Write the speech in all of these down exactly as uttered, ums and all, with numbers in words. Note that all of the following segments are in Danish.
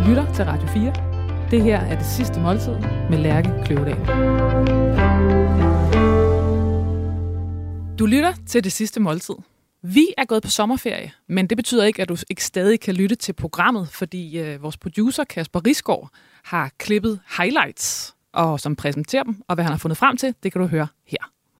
lytter til Radio fire. Det her er Det Sidste Måltid med Lærke Kløvedal. Du lytter til Det Sidste Måltid. Vi er gået på sommerferie, men det betyder ikke, at du ikke stadig kan lytte til programmet, fordi øh, vores producer Kasper Risgaard har klippet highlights, og som præsenterer dem, og hvad han har fundet frem til, det kan du høre her.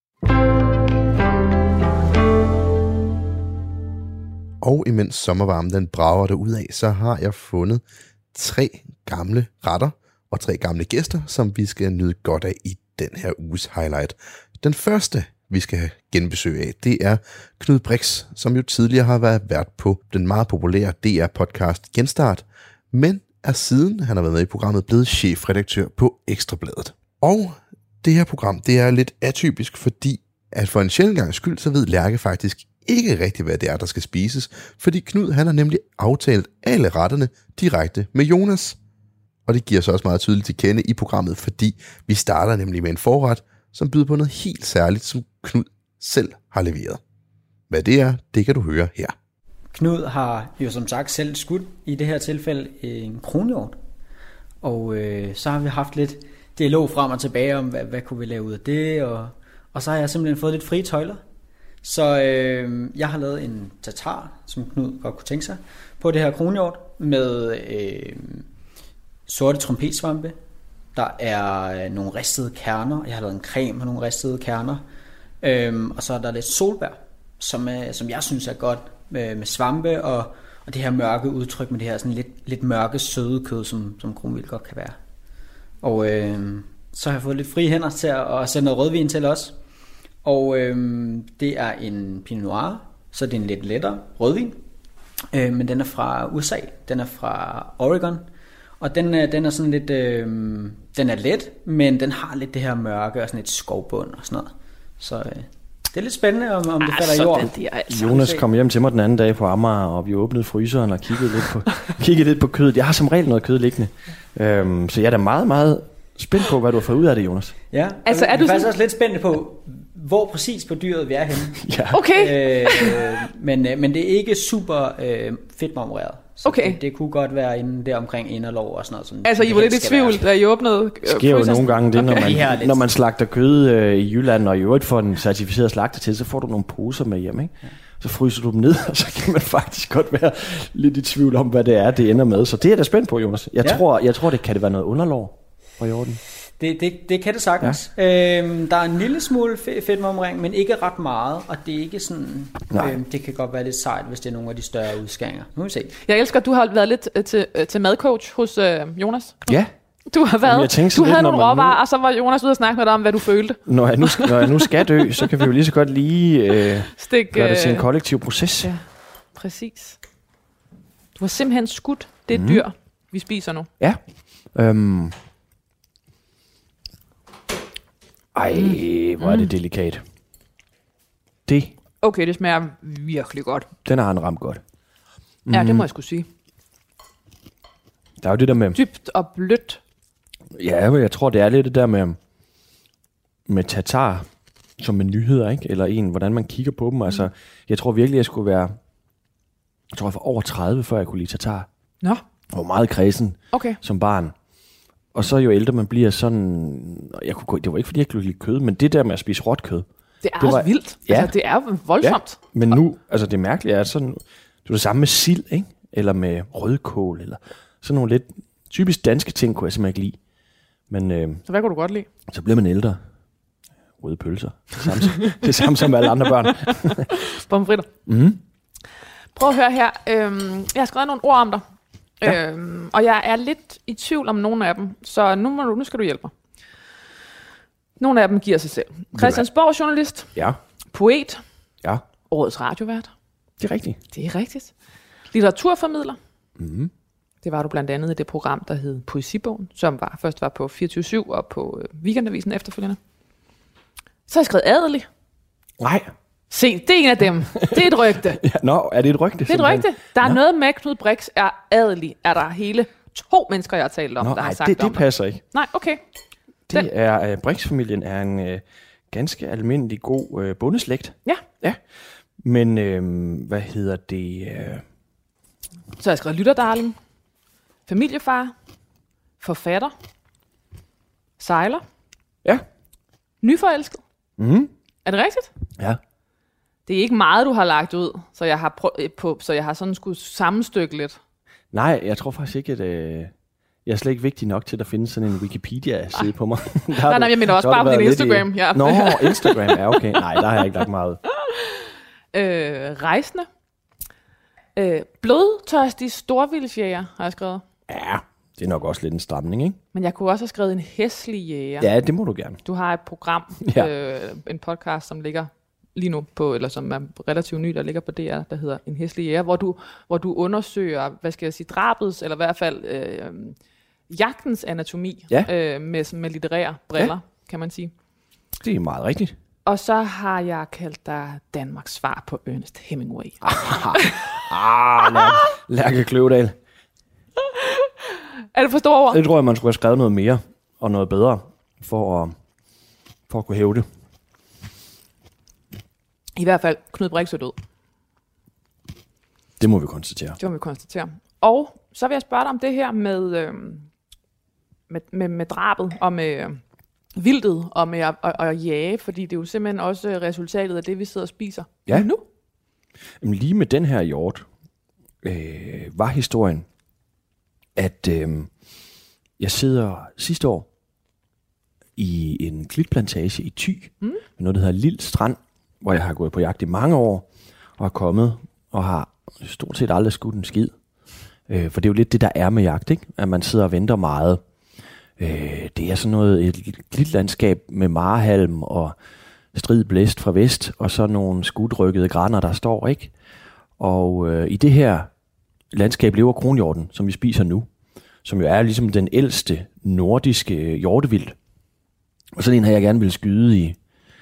Og imens sommervarmen den brager derudad, så har jeg fundet tre gamle retter og tre gamle gæster, som vi skal nyde godt af i den her uges highlight. Den første, vi skal have genbesøg af, det er Knud Brix, som jo tidligere har været vært på den meget populære D R-podcast Genstart, men er siden han har været med i programmet blevet chefredaktør på Ekstra Bladet. Og det her program, det er lidt atypisk, fordi at for en sjældent gang skyld, så ved Lærke faktisk ikke rigtigt, hvad det er, der skal spises, fordi Knud han har nemlig aftalt alle retterne direkte med Jonas. Og det giver sig også meget tydeligt til kende i programmet, fordi vi starter nemlig med en forret, som byder på noget helt særligt, som Knud selv har leveret. Hvad det er, det kan du høre her. Knud har jo som sagt selv skudt i det her tilfælde en kronhjort. Og øh, så har vi haft lidt dialog frem og tilbage om, hvad, hvad kunne vi lave ud af det. Og, og så har jeg simpelthen fået lidt frie tøjler. Så øh, jeg har lavet en tartar, som Knud godt kunne tænke sig, på det her kronhjort med øh, sorte trompetsvampe. Der er nogle ristede kerner. Jeg har lavet en creme med nogle ristede kerner. Øhm, og så er der lidt solbær, som, er, som jeg synes er godt med, med svampe og, og det her mørke udtryk med det her sådan lidt, lidt mørke søde kød, som, som kronvildt godt kan være. Og øh, så har jeg fået lidt frie hænder til at, at sætte noget rødvin til os. Og øh, det er en Pinot Noir, så det er en lidt lettere rødvin. Øh, men den er fra U S A, den er fra Oregon. Og den, den er sådan lidt, øh, den er let, men den har lidt det her mørke og sådan et skovbund og sådan noget. Så øh, det er lidt spændende, om, om det falder i jorden. Altså Jonas kom hjem til mig den anden dag på Amager, og vi åbnede fryseren og kiggede lidt på, kiggede lidt på kødet. Jeg har som regel noget kød liggende. Øhm, så jeg er da meget, meget spændt på, hvad du har fået ud af det, Jonas. Ja, altså, er du faktisk sådan... også lidt spændt på, hvor præcis på dyret vi er henne. Ja. Okay. øh, men, men det er ikke super øh, fedtmarmoreret. Så okay. det, det kunne godt være inde der omkring inderlov og sådan noget. Som altså I var lidt i tvivl, da I åbnede øh, Det sker jo nogle gange det, okay. når, man, når man slagter kød øh, i Jylland, og i øvrigt får en certificeret slagter til, så får du nogle poser med hjem, ikke? Ja. Så fryser du dem ned, og så kan man faktisk godt være lidt i tvivl om, hvad det er, det ender med. Så det er da spændt på, Jonas. Jeg, ja. tror, jeg tror, det kan det være noget underlov fra jorden. Det, det, det kan det sagtens. Ja. Øhm, der er en lille smule fedtmarmorering, men ikke ret meget, og det er ikke sådan. Øhm, det kan godt være lidt sejt, hvis det er nogle af de større udskæringer. Nu må vi se. Jeg elsker, at du har været lidt til, til madcoach hos øh, Jonas. Ja. Du har været. Tænkte, du havde nogle råvarer, nu... og så var Jonas ude og snakke med dig om, hvad du følte. Når jeg nu, når jeg nu skal dø, så kan vi jo lige så godt lige øh, Stik, gøre det til en kollektiv proces. Ja, præcis. Du har simpelthen skudt det mm. dyr, vi spiser nu. Ja. Øhm. Ej, hvor er det delikat. Det. Okay, det smager virkelig godt. Den har han ramt godt. Mm. Ja, det må jeg skulle sige. Der er jo det der med... Dybt og blødt. Ja, jeg tror, det er lidt det der med, med tatar som en nyhed, ikke? Eller en, hvordan man kigger på dem. Altså, jeg tror virkelig, jeg skulle være... Jeg tror, jeg var over tredive, før jeg kunne lide tatar. Nå. Jeg var meget kredsen okay. som barn. Og så jo ældre man bliver sådan... Jeg kunne, det var ikke, fordi jeg kunne lide kød, men det der med at spise råt kød... Det er det også var, vildt. Ja, altså, det er voldsomt. Ja, men nu... Altså, det er mærkeligt, at sådan... Det er det samme med sild, ikke? Eller med rødkål, eller sådan nogle lidt... Typisk danske ting kunne jeg simpelthen ikke lide. Men, øh, så hvad kunne du godt lide? Så bliver man ældre. Røde pølser. Det samme, det samme som alle andre børn. Pomfritter. Mm. Prøv at høre her. Øhm, jeg har skrevet nogle ord om dig. Ja. Øhm, og jeg er lidt i tvivl om nogle af dem. Så nu, må du, nu skal du hjælpe mig. Nogle af dem giver sig selv. Christiansborg journalist. Ja. Poet. Ja. Årets radiovært. Det er rigtigt. Det er rigtigt. Litteraturformidler. Mm. Det var du blandt andet i det program, der hed Poesibogen, som var, først var på fireogtyve syv og på øh, Weekendavisen efterfølgende. Så har jeg skrevet adelig. Nej. Se, det er en af dem. Det er et rygte. Ja, nå, er det et rygte? Det er et rygte. Der er nå. noget med, Knud Brix er adelig. Er der hele to mennesker, jeg har talt om, nå, der har ej, sagt det, om det passer ikke. Nej, okay. Det Den. er, uh, Brix-familien er en uh, ganske almindelig god uh, bondeslægt. Ja. Ja. Men, uh, hvad hedder det? Uh... Så har jeg skrevet lytterdarling. familiefar, forfatter, sejler, Ja. nyforelsket. Mm. Er det rigtigt? Ja. Det er ikke meget, du har lagt ud, så jeg har, prø- på, så jeg har sådan skulle sammenstykke lidt. Nej, jeg tror faktisk ikke, at øh, jeg er slet ikke vigtig nok til, at der findes sådan en Wikipedia-side på mig. Nej, nej, jeg mener også bare på din Instagram. I... Ja. Nå, Instagram, ja okay. Nej, der har jeg ikke lagt meget ud. Øh, rejsende. Øh, blodtørstig storvildsjæger, har jeg skrevet. Ja, det er nok også lidt en stramning, ikke? Men jeg kunne også have skrevet en hæslig jæger. Ja, det må du gerne. Du har et program, Ja. øh, en podcast, som ligger lige nu på, eller som er relativt ny, der ligger på D R, der hedder En hæslig jæger, hvor du, hvor du undersøger, hvad skal jeg sige, drabets, eller i hvert fald øh, jagtens anatomi, Ja. øh, med, med litterære briller, Ja. kan man sige. Det er meget rigtigt. Og så har jeg kaldt dig Danmarks svar på Ernest Hemingway. Ah, Lærke, Lærke Kløvedal. Er det for store ord? Det tror jeg, man skulle have skrevet noget mere og noget bedre for at, for at kunne hæve det. I hvert fald, Knud Brix er død. Det må vi konstatere. Det må vi konstatere. Og så vil jeg spørge dig om det her med, øh, med, med, med drabet og med øh, vildtet og med at, at, at jage, fordi det er jo simpelthen også resultatet af det, vi sidder og spiser Ja. nu. Jamen, lige med den her hjort øh, var historien, at øh, jeg sidder sidste år i en klitplantage i Thy, mm. med noget, der hedder Lille Strand, hvor jeg har gået på jagt i mange år, og er kommet og har stort set aldrig skudt en skid. Øh, for det er jo lidt det, der er med jagt, ikke? At man sidder og venter meget. Øh, det er sådan noget, et klitlandskab med marehalm og strid blæst fra vest, og så nogle skudrykkede graner, der står, ikke? Og øh, i det her landskab lever kronhjorten, som vi spiser nu, som jo er ligesom den ældste nordiske hjortevildt. Og sådan en har jeg gerne vil skyde i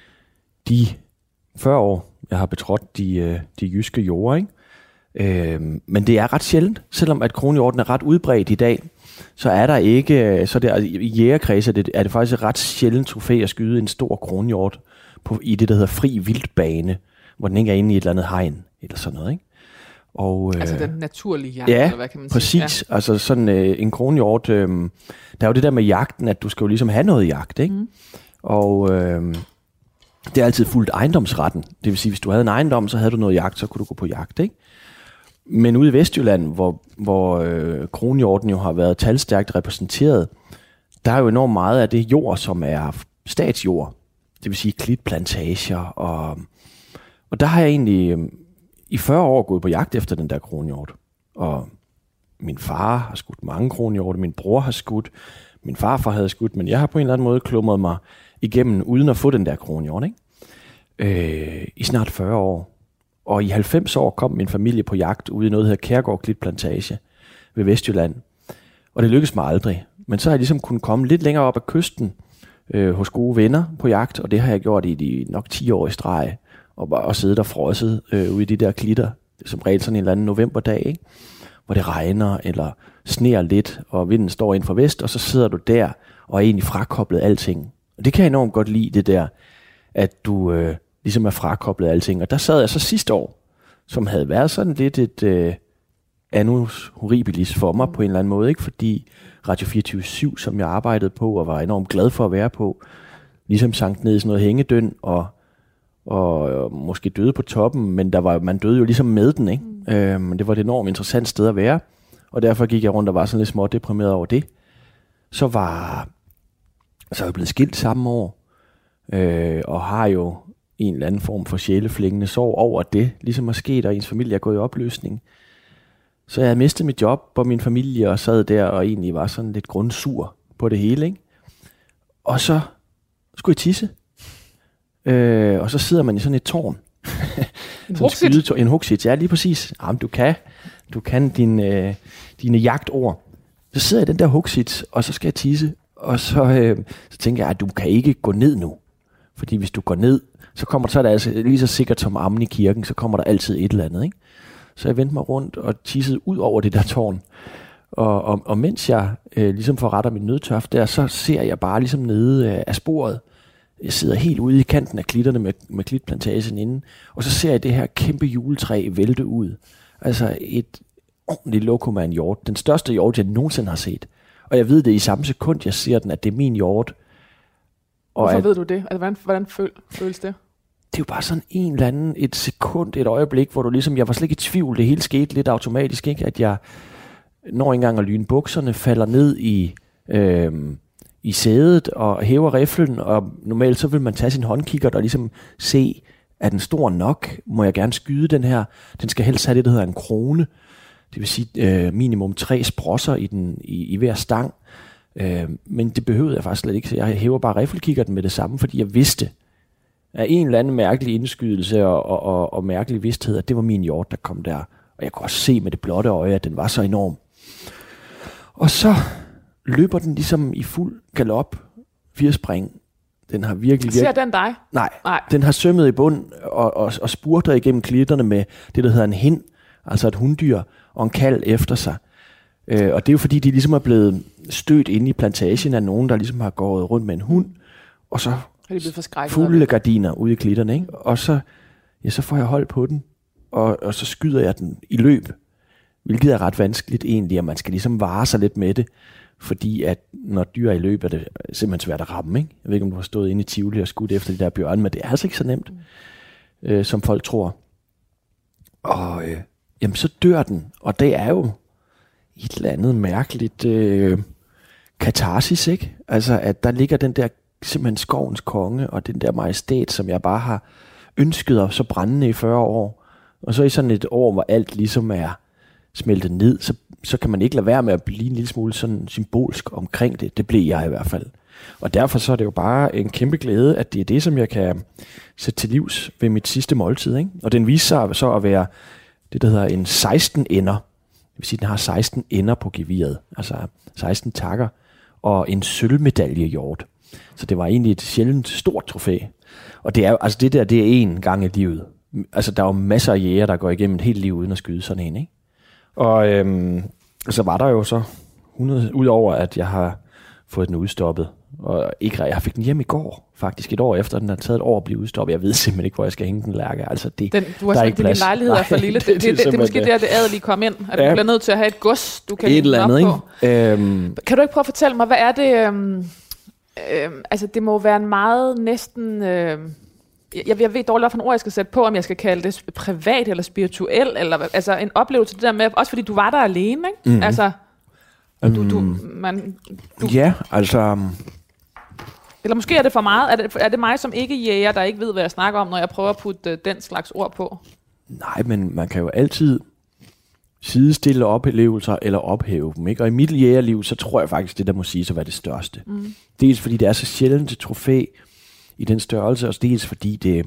de fyrre år, jeg har betrådt de, øh, de jyske jorder, ikke? Øh, men det er ret sjældent, selvom at kronhjorten er ret udbredt i dag, så er der ikke, så der, i jægerkredse er det, er det faktisk et ret sjældent trofæ at skyde en stor kronhjort på, i det, der hedder fri vildtbane, hvor den ikke er inde i et eller andet hegn, eller sådan noget, ikke? Og, øh, Altså den naturlige jagt, ja, eller hvad kan man præcis. sige? Præcis. Ja. Altså sådan øh, en kronhjort, øh, der er jo det der med jagten, at du skal jo ligesom have noget jagt, ikke? Mm. Og øh, det er altid fuldt ejendomsretten. Det vil sige, hvis du havde en ejendom, så havde du noget jagt, så kunne du gå på jagt, ikke? Men ude i Vestjylland, hvor, hvor øh, kronhjorten jo har været talstærkt repræsenteret, der er jo enormt meget af det jord, som er statsjord. Det vil sige klitplantager. Og, og der har jeg egentlig øh, i fyrre år gået på jagt efter den der kronhjort. Og min far har skudt mange kronhjorte, min bror har skudt, min farfar havde skudt, men jeg har på en eller anden måde klumret mig igennem, uden at få den der kronhjort, ikke? Øh, i snart fyrre år. Og i halvfems år kom min familie på jagt ude i noget, der hedder Kærgård Klitplantage ved Vestjylland. Og det lykkedes mig aldrig. Men så har jeg ligesom kunnet komme lidt længere op ad kysten øh, hos gode venner på jagt, og det har jeg gjort i de nok ti år i streg, og bare og siddet og frosset øh, ude i de der klitter, som regel sådan en eller anden novemberdag, ikke? Hvor det regner eller sneer lidt, og vinden står ind fra vest, og så sidder du der og er egentlig frakoblet alting. Og det kan jeg enormt godt lide, det der, at du øh, ligesom er frakoblet alting. Og der sad jeg så sidste år, som havde været sådan lidt et øh, annus horribilis for mig på en eller anden måde, ikke? Fordi Radio fireogtyve syv, som jeg arbejdede på og var enormt glad for at være på, ligesom sank ned i sådan noget hængedøn og, og, og måske døde på toppen, men der var, man døde jo ligesom med den, ikke? Mm. Øhm, det var et enormt interessant sted at være, og derfor gik jeg rundt og var sådan lidt småt deprimeret over det. Så var så er jeg blevet skilt samme år, øh, og har jo en eller anden form for sjæleflængende sorg over det, ligesom er sket, og ens familie er gået i opløsning. Så jeg havde mistet mit job på min familie, og sad der og egentlig var sådan lidt grundsur på det hele, ikke? Og så skulle jeg tisse. Øh, og så sidder man i sådan et tårn. En hugsit? En hugsit, ja, lige præcis. Jamen, du kan, du kan din, øh, dine jagtord. Så sidder jeg i den der hugsit, og så skal jeg tisse. Og så, øh, så tænker jeg, at du kan ikke gå ned nu. Fordi hvis du går ned, så kommer der, så er det altså lige så sikkert som ammen i kirken, så kommer der altid et eller andet, ikke? Så jeg vendte mig rundt og tissede ud over det der tårn. Og, og, og mens jeg øh, ligesom forretter min nødtørf der, så ser jeg bare ligesom nede øh, af sporet. Jeg sidder helt ude i kanten af klitterne med, med klitplantagen inden. Og så ser jeg det her kæmpe juletræ vælte ud. Altså et ordentlig lokum af en hjort. Den største hjort, jeg nogensinde har set. Og jeg ved det i samme sekund, jeg ser den, at det er min hjort. Og Hvorfor at, ved du det? Altså, hvordan, hvordan føl, føles det? det er jo bare sådan en eller anden, et sekund, et øjeblik, hvor du ligesom, jeg var slet ikke i tvivl, det hele skete lidt automatisk, ikke? At jeg når engang at lyne bukserne, falder ned i, øh, i sædet og hæver riflen, og normalt så vil man tage sin håndkikkert og ligesom se, er den stor nok? Må jeg gerne skyde den her? Den skal helst have det, der hedder en krone, det vil sige øh, minimum tre sprosser i, den, i, i hver stang, øh, men det behøvede jeg faktisk slet ikke, så jeg hæver bare riflekikkerten med det samme, fordi jeg vidste, af en eller anden mærkelig indskydelse og, og, og, og mærkelig vidsthed, at det var min hjort, der kom der. Og jeg kunne også se med det blotte øje, at den var så enorm. Og så løber den ligesom i fuld galop, fire spring. Den har virkelig, virkelig... Ser den dig? Nej, Nej. Den har svømmet i bund og, og, og spurter igennem klitterne med det, der hedder en hind, altså et hunddyr og en kalv efter sig. Øh, og det er jo fordi, de ligesom er blevet stødt inde i plantagen af nogen, der ligesom har gået rundt med en hund, og så fulde gardiner ude i klitterne, ikke? Og så, ja, så får jeg hold på den, og, og så skyder jeg den i løb, hvilket er ret vanskeligt egentlig, og man skal ligesom vare sig lidt med det, fordi at når dyr er i løb, er det simpelthen svært at ramme, ikke? Jeg ved ikke, om du har stået inde i Tivoli og skudt efter de der bjørne, men det er altså ikke så nemt, mm. øh, som folk tror. Og øh, jamen, så dør den, og det er jo et eller andet mærkeligt øh, katarsis, ikke? Altså, at der ligger den der simpelthen skovens konge, og den der majestæt, som jeg bare har ønsket og så brændende i fyrre år. Og så i sådan et år, hvor alt ligesom er smeltet ned, så, så kan man ikke lade være med at blive en lille smule sådan symbolsk omkring det. Det blev jeg i hvert fald. Og derfor så er det jo bare en kæmpe glæde, at det er det, som jeg kan sætte til livs ved mit sidste måltid, ikke? Og den viser sig så at være det, der hedder en seksten ender. Det vil sige, at den har seksten ender på geviret, altså seksten takker, og en sølvmedaljehjort. Så det var egentlig et sjældent stort trofæ. Og det er jo, altså det der, det er én gang i livet. Altså der er jo masser af jæger, der går igennem et helt liv uden at skyde sådan en, ikke? Og øhm, så var der jo så hundrede, udover at jeg har fået den udstoppet, og ikke, jeg fik den hjem i går, faktisk et år efter, den har taget et år at blive udstoppet. Jeg ved simpelthen ikke, hvor jeg skal hænge den lærke. Altså det, den, du har der er sagt, det er din lejlighed er for lille. Det, det, det, det, det er måske der, det adelige kom ind. At ja. Du bliver nødt til at have et gods, du kan et eller andet, op på. Øhm, kan du ikke prøve at fortælle mig, hvad er det... Øhm, øhm, altså, det må være en meget næsten... Øhm, jeg, jeg ved dårligt, hvilken ord jeg skal sætte på, om jeg skal kalde det privat eller spirituel, eller altså en oplevelse det der med, også fordi du var der alene, ikke? Mm-hmm. Altså, du, du, man, du, ja, altså... Eller måske er det for meget. Er det, er det mig som ikke jæger, der ikke ved, hvad jeg snakker om, når jeg prøver at putte uh, den slags ord på? Nej, men man kan jo altid sidestille oplevelser eller ophæve dem, ikke? Og i mit jægerliv, så tror jeg faktisk, det der må sige at være det største. Mm. Dels fordi det er så sjældent et trofæ i den størrelse, og dels fordi det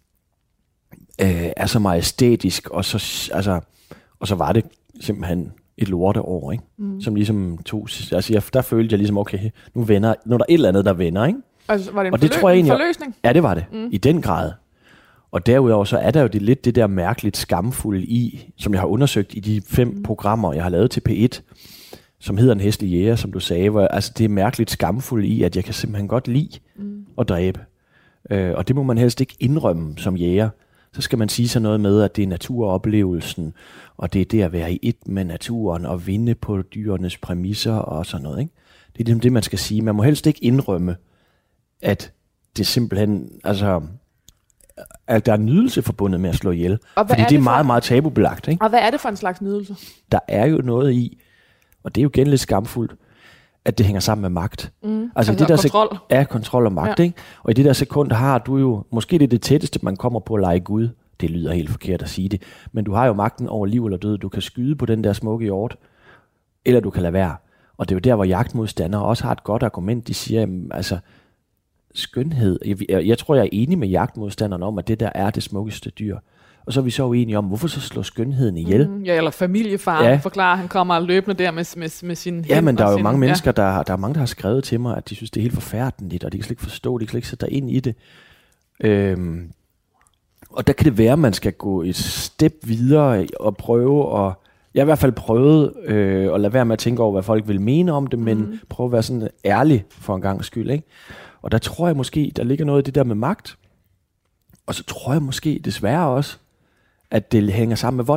øh, er så majestætisk, og så, altså, og så var det simpelthen et lorteår, ikke? Mm. Som ligesom tog, altså jeg, der følte jeg ligesom, okay, nu vender, nu er der et eller andet, der vender, ikke? Altså, var det en, og forlø- det tror jeg egentlig, en forløsning? Ja, det var det, mm. i den grad. Og derudover så er der jo det lidt det der mærkeligt skamfulde i, som jeg har undersøgt i de fem mm. programmer, jeg har lavet til P et, som hedder En hæslig jæger, som du sagde, hvor altså det er mærkeligt skamfuldt i, at jeg kan simpelthen godt lide mm. at dræbe. Øh, og det må man helst ikke indrømme som jæger. Så skal man sige sådan noget med, at det er naturoplevelsen, og det er det at være i et med naturen, og vinde på dyrenes præmisser og sådan noget, ikke? Det er ligesom det, man skal sige. Man må helst ikke indrømme, at det simpelthen, altså, at der er nydelse forbundet med at slå ihjel. Fordi er det, det er meget, meget tabubelagt, ikke? Og hvad er det for en slags nydelse? Der er jo noget i, og det er jo igen lidt skamfuldt, at det hænger sammen med magt. Mm. Altså, altså det der kontrol. Sek- ja, kontrol og magt, ja. Ikke? Og i det der sekund har du jo, måske det er det tætteste, man kommer på at lege Gud. Det lyder helt forkert at sige det. Men du har jo magten over liv eller død. Du kan skyde på den der smukke hjort, eller du kan lade være. Og det er jo der, hvor jagtmodstandere også har et godt argument. De siger, jamen, altså, skønhed. Jeg, jeg, jeg tror, jeg er enig med jagtmodstanderne om, at det der er det smukkeste dyr. Og så er vi så uenige om, hvorfor så slå skønheden ihjel? Mm, ja, eller familiefaren ja. forklarer, han kommer løbende der med, med, med sin... Ja, men der er jo sin, mange ja. mennesker, der, der er mange, der har skrevet til mig, at de synes, det er helt forfærdeligt, og de kan slet ikke forstå, de kan slet ikke sætte dig ind i det. Øhm, og der kan det være, at man skal gå et step videre og prøve at... Jeg har i hvert fald prøvet øh, at lade være med at tænke over, hvad folk vil mene om det, men mm. prøve at være sådan ærlig for en gangs skyld, ikke? Og der tror jeg måske, der ligger noget i det der med magt. Og så tror jeg måske desværre også, at det hænger sammen med vold.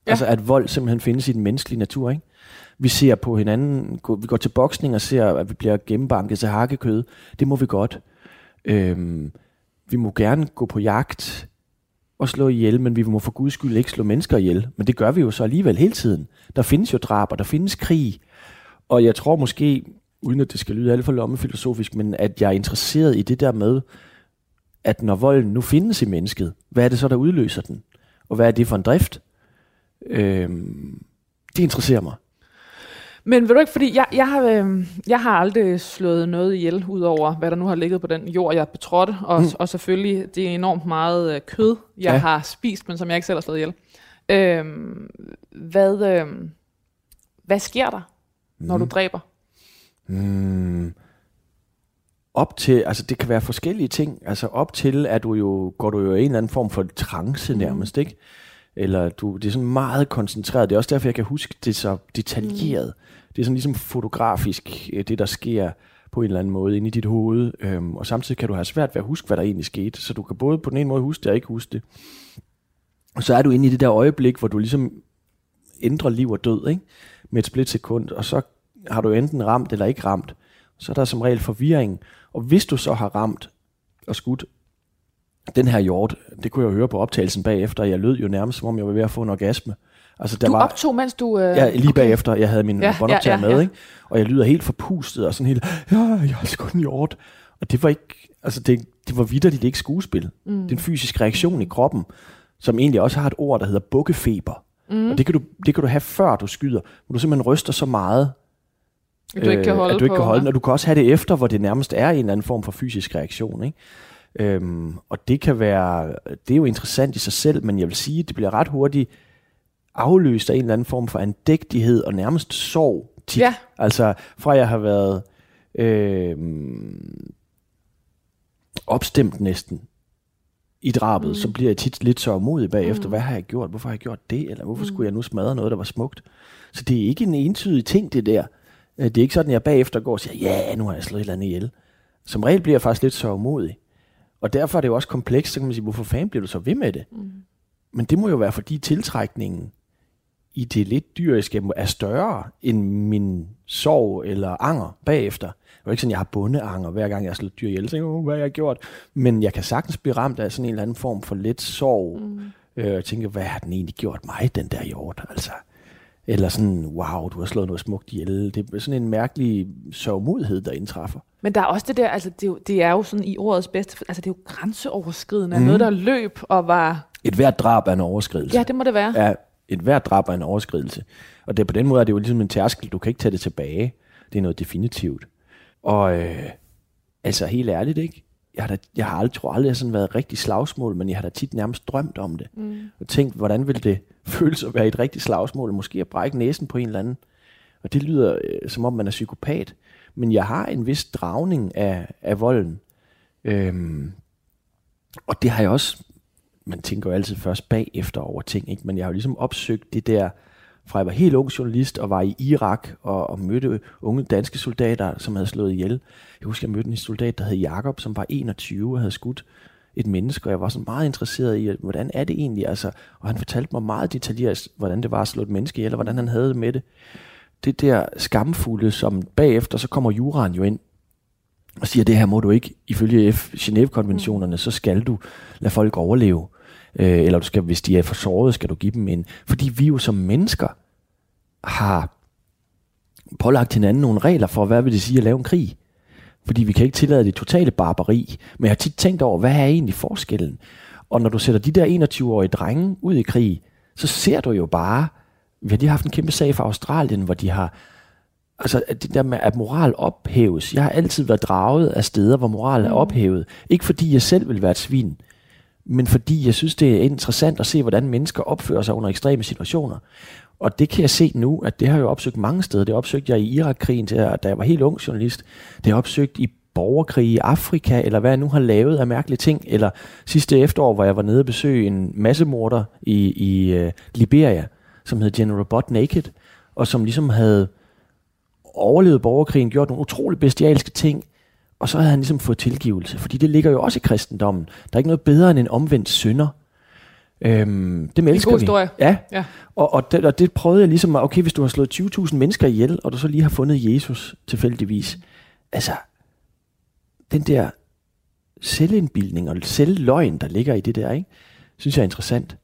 Ja. Altså at vold simpelthen findes i den menneskelige natur, ikke? Vi ser på hinanden, vi går til boksning og ser, at vi bliver gennembanket til hakkekød. Det må vi godt. Øhm, vi må gerne gå på jagt og slå ihjel, men vi må for guds skyld ikke slå mennesker ihjel. Men det gør vi jo så alligevel hele tiden. Der findes jo drab, og der findes krig. Og jeg tror måske, uden at det skal lyde alt for lommefilosofisk, men at jeg er interesseret i det der med, at når volden nu findes i mennesket, hvad er det så, der udløser den? Og hvad er det for en drift? Øhm, det interesserer mig. Men ved du ikke, fordi jeg, jeg, har, øh, jeg har aldrig slået noget ihjel, ud over hvad der nu har ligget på den jord, jeg betrådte, og, mm. og selvfølgelig det er enormt meget øh, kød, jeg ja. har spist, men som jeg ikke selv har slået ihjel. Øh, hvad, øh, hvad sker der, mm. når du dræber? Mm. Op til, altså det kan være forskellige ting, altså op til, at du jo, går du jo i en eller anden form for trance nærmest, mm. ikke? Eller du, det er sådan meget koncentreret. Det er også derfor, jeg kan huske det så detaljeret. Mm. Det er sådan ligesom fotografisk, det der sker på en eller anden måde inde i dit hoved. Øhm, og samtidig kan du have svært ved at huske, hvad der egentlig skete. Så du kan både på den ene måde huske det og ikke huske det. Og så er du inde i det der øjeblik, hvor du ligesom ændrer liv og død, ikke? Med et splitsekund. Og så har du enten ramt eller ikke ramt. Så er der som regel forvirring. Og hvis du så har ramt og skudt den her hjort, det kunne jeg jo høre på optagelsen bagefter, jeg lød jo nærmest, som om jeg var ved at få en orgasme. Altså, der du var, optog, mens du... Øh, ja, lige okay. bagefter, jeg havde min ja, båndoptager ja, ja, med, ja. ikke? Og jeg lyder helt forpustet, og sådan helt, ja, jeg har skudt en hjort. Og det var ikke, altså det, det var vitterligt ikke skuespil. Mm. Det er en fysisk reaktion i kroppen, som egentlig også har et ord, der hedder bukkefeber. Mm. Og det kan, du, det kan du have, før du skyder, hvor du simpelthen ryster så meget, du ikke kan holde, øh, at du ikke på, kan holde den, og du kan også have det efter, hvor det nærmest er en eller anden form for fysisk reaktion, ikke? Øhm, og det kan være, det er jo interessant i sig selv, men jeg vil sige, at det bliver ret hurtigt afløst af en eller anden form for andægtighed og nærmest sorg tit. Ja. Altså fra jeg har været øhm, opstemt næsten i drabet, mm. så bliver jeg tit lidt sørgmodig bagefter. Mm. Hvad har jeg gjort? Hvorfor har jeg gjort det? Eller hvorfor mm. skulle jeg nu smadre noget, der var smukt? Så det er ikke en entydig ting, det der. Det er ikke sådan, at jeg bagefter går og siger, ja, nu har jeg slået et eller andet ihjel. Som regel bliver jeg faktisk lidt sørgmodig. Og derfor er det jo også komplekst, så kan man sige, hvorfor fanden bliver du så ved med det? Mm. Men det må jo være, fordi tiltrækningen i det lidt dyriske er større end min sorg eller anger bagefter. Det er jo ikke sådan, jeg har bundeanger, hver gang jeg har slået dyr ihjel. Så oh, hvad har jeg gjort? Men jeg kan sagtens blive ramt af sådan en eller anden form for lidt sorg. Mm. Øh, og tænke, hvad har den egentlig gjort mig, den der hjort? Altså. Eller sådan, wow, du har slået noget smukt ihjel. Det er sådan en mærkelig sørgmodighed, der indtræffer. Men der er også det der, altså det er jo, det er jo sådan i ordets bedste, altså det er jo grænseoverskridende, mm. noget der løb og var... Et hvert drab er en overskridelse. Ja, det må det være. Ja, et hvert drab er en overskridelse. Og det, på den måde er det jo ligesom en tærskel, du kan ikke tage det tilbage. Det er noget definitivt. Og øh, altså helt ærligt, ikke? Jeg har, da, jeg har aldrig, tror aldrig, jeg har sådan været rigtig slagsmål, men jeg har da tit nærmest drømt om det. Mm. Og tænkt, hvordan ville det føles at være et rigtigt slagsmål, og måske at brække næsen på en eller anden. Og det lyder øh, som om, man er psykopat. Men jeg har en vis dragning af, af volden. Øhm, og det har jeg også, man tænker jo altid først bagefter over ting, ikke? Men jeg har jo ligesom opsøgt det der, fra jeg var helt ung journalist og var i Irak og, og mødte unge danske soldater, som havde slået ihjel. Jeg husker, jeg mødte en soldat, der hed Jakob, som var enogtyve og havde skudt et menneske, og jeg var sådan meget interesseret i, hvordan er det egentlig, altså, og han fortalte mig meget detaljeret, hvordan det var at slå et menneske ihjel, og hvordan han havde det med det. Det der skamfulde, som bagefter, så kommer juraen jo ind og siger, det her må du ikke, ifølge Genève-konventionerne, så skal du lade folk overleve. Øh, eller du skal, hvis de er for såret, skal du give dem en. Fordi vi jo som mennesker har pålagt hinanden nogle regler for, hvad vil det sige at lave en krig. Fordi vi kan ikke tillade det totale barbari. Men jeg har tit tænkt over, hvad er egentlig forskellen? Og når du sætter de der enogtyve-årige drenge ud i krig, så ser du jo bare, vi har lige haft en kæmpe sag fra Australien, hvor de har, altså det der med, at moral ophæves. Jeg har altid været draget af steder, hvor moral er ophævet. Ikke fordi jeg selv vil være et svin, men fordi jeg synes, det er interessant at se, hvordan mennesker opfører sig under ekstreme situationer. Og det kan jeg se nu, at det har jeg opsøgt mange steder. Det opsøgte jeg i Irak-krigen, da jeg var helt ung journalist. Det har opsøgt i borgerkrig i Afrika, eller hvad jeg nu har lavet af mærkelige ting. Eller sidste efterår, hvor jeg var nede og besøge en massemorder i, i uh, Liberia, som hed General Butt Naked, og som ligesom havde overlevet borgerkrigen, gjort nogle utrolig bestialske ting, og så havde han ligesom fået tilgivelse, fordi det ligger jo også i kristendommen. Der er ikke noget bedre end en omvendt synder. Øhm, det elsker god vi. historie. Ja, Ja. Og, og, det, og det prøvede jeg ligesom, at, okay, hvis du har slået tyve tusind mennesker ihjel, og du så lige har fundet Jesus tilfældigvis, altså, den der selvindbildning og selvløgn, der ligger i det der, ikke, synes jeg er interessant.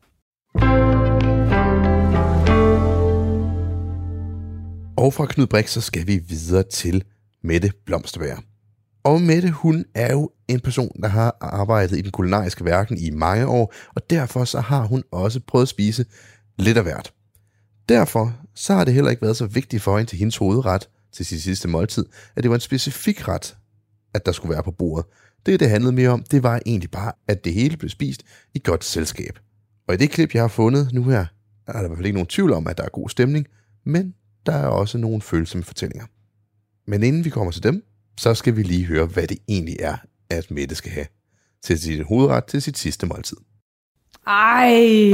Og fra Knud Brix, så skal vi videre til Mette Blomsterberg. Og Mette, hun er jo en person, der har arbejdet i den kulinariske verden i mange år, og derfor så har hun også prøvet at spise lidt af hvert. Derfor så har det heller ikke været så vigtigt for hende til hendes hovedret til sit sidste måltid, at det var en specifik ret, at der skulle være på bordet. Det, det handlede mere om, det var egentlig bare, at det hele blev spist i godt selskab. Og i det klip, jeg har fundet nu her, er der i hvert fald ikke nogen tvivl om, at der er god stemning, men der er også nogle følsomme fortællinger. Men inden vi kommer til dem, så skal vi lige høre, hvad det egentlig er, at Mette skal have til sin hovedret til sit sidste måltid. Ej,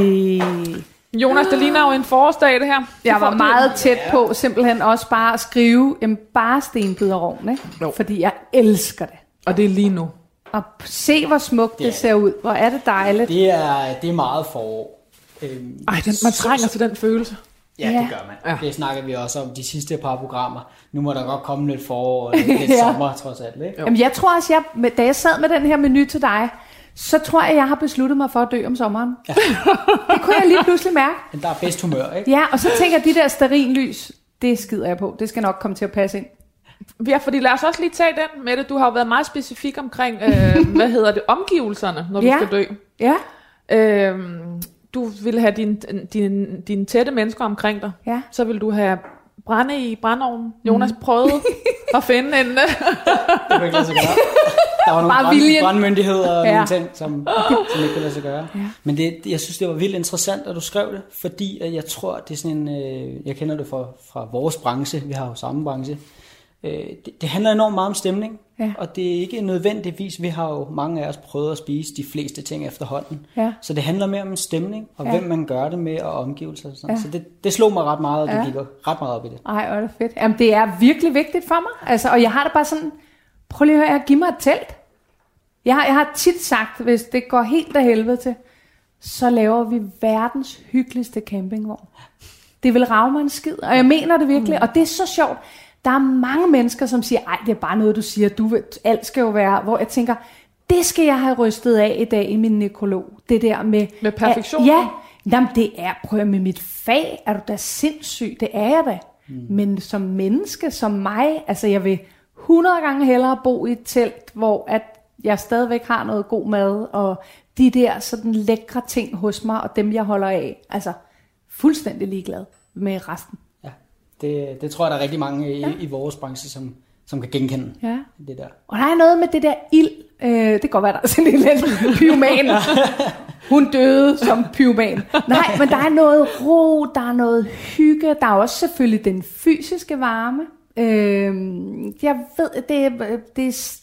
Jonas, det ligner jo en forårsdag, det her. jeg var meget tæt på simpelthen også bare at skrive en bare stenbiderovn, ikke? Jo. Fordi jeg elsker det. Og det er lige nu. Og se, hvor smukt det ser ud. Hvor er det dejligt. Det er, det er meget forår. Øhm, Ej, den, man trænger til den følelse. Ja, Ja. det gør man. Ja. Det snakker vi også om de sidste par programmer. Nu må der godt komme lidt forår og lidt, lidt Ja. sommer, trods alt. Ikke? Jamen, jeg tror også, jeg, da jeg sad med den her menu til dig, så tror jeg, jeg har besluttet mig for at dø om sommeren. Ja. Det kunne jeg lige pludselig mærke. Men der er bedst humør, ikke? Ja, og så tænker jeg, de der stearinlys, det skider jeg på. Det skal nok komme til at passe ind. Ja, fordi lad os også lige tage den, Mette. Du har jo været meget specifik omkring, øh, hvad hedder det, omgivelserne, når du Ja. skal dø. Ja, Øh, du vil have dine din, din tætte mennesker omkring dig. ja. Så vil du have brænde i brændeovnen. Jonas prøvede at finde en... Det kunne ikke lade sig gøre. Der var nogle Bare brand, viljen. brandmyndigheder og Ja. nogle ting, som, som ikke kunne lade sig gøre. Ja. Men det, jeg synes, det var vildt interessant, at du skrev det, fordi at jeg tror, det er sådan en... Øh, jeg kender det fra, fra vores branche. Vi har jo samme branche. Øh, det, det handler enormt meget om stemning. Ja. Og det er ikke nødvendigvis... Vi har jo mange af os prøvet at spise de fleste ting efterhånden. Ja. Så det handler mere om en stemning, og Ja. hvem man gør det med, og omgivelser. Og sådan. Ja. Så det, det slog mig ret meget, og det Ja. gik ret meget op i det. Ej, hvor er det fedt. Jamen, det er virkelig vigtigt for mig. Altså, og jeg har det bare sådan, prøv lige at høre, giv mig et telt. Jeg har, jeg har tit sagt, hvis det går helt af helvede til, så laver vi verdens hyggeligste campingvogn. Det vil rage mig en skid, og jeg mener det virkelig, og det er så sjovt. Der er mange mennesker, som siger, ej, det er bare noget, du siger, du ved, alt skal jo være, hvor jeg tænker, det skal jeg have rystet af i dag i min nekrolog. Det der med... Med perfektion? Ja, jamen det er, prøv at med mit fag, er du da sindssyg, det er jeg da. Mm. Men som menneske, som mig, altså jeg vil hundrede gange hellere bo i et telt, hvor at jeg stadigvæk har noget god mad, og de der sådan lækre ting hos mig, og dem jeg holder af. Altså fuldstændig ligeglad med resten. Ja. Det, det tror jeg, der er rigtig mange i, ja. i vores branche, som, som kan genkende Ja. det der. Og der er noget med det der ild. Øh, det kan godt være, der er sådan en lidt pyroman. Hun døde som pyroman. Nej, men der er noget ro, der er noget hygge. Der er også selvfølgelig den fysiske varme. Øh, jeg ved, det er, det er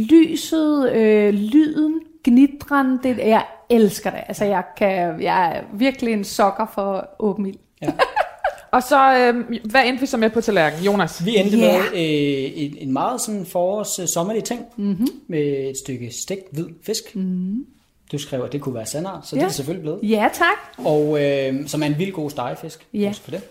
lyset, øh, lyden, gnitren. Det, jeg elsker det. Altså, jeg, kan, jeg er virkelig en sokker for åben ild. Ja. Og så, øh, hvad endte vi så med på tallerkenen, Jonas? Vi endte Ja. med øh, en, en meget sådan forårs øh, sommerlig ting, mm-hmm. med et stykke stegt hvid fisk. Mm-hmm. Du skrev, at det kunne være sandart, så ja. det er det selvfølgelig blevet. Ja, tak. Og øh, som er en vild god stegefisk, Ja. også for det.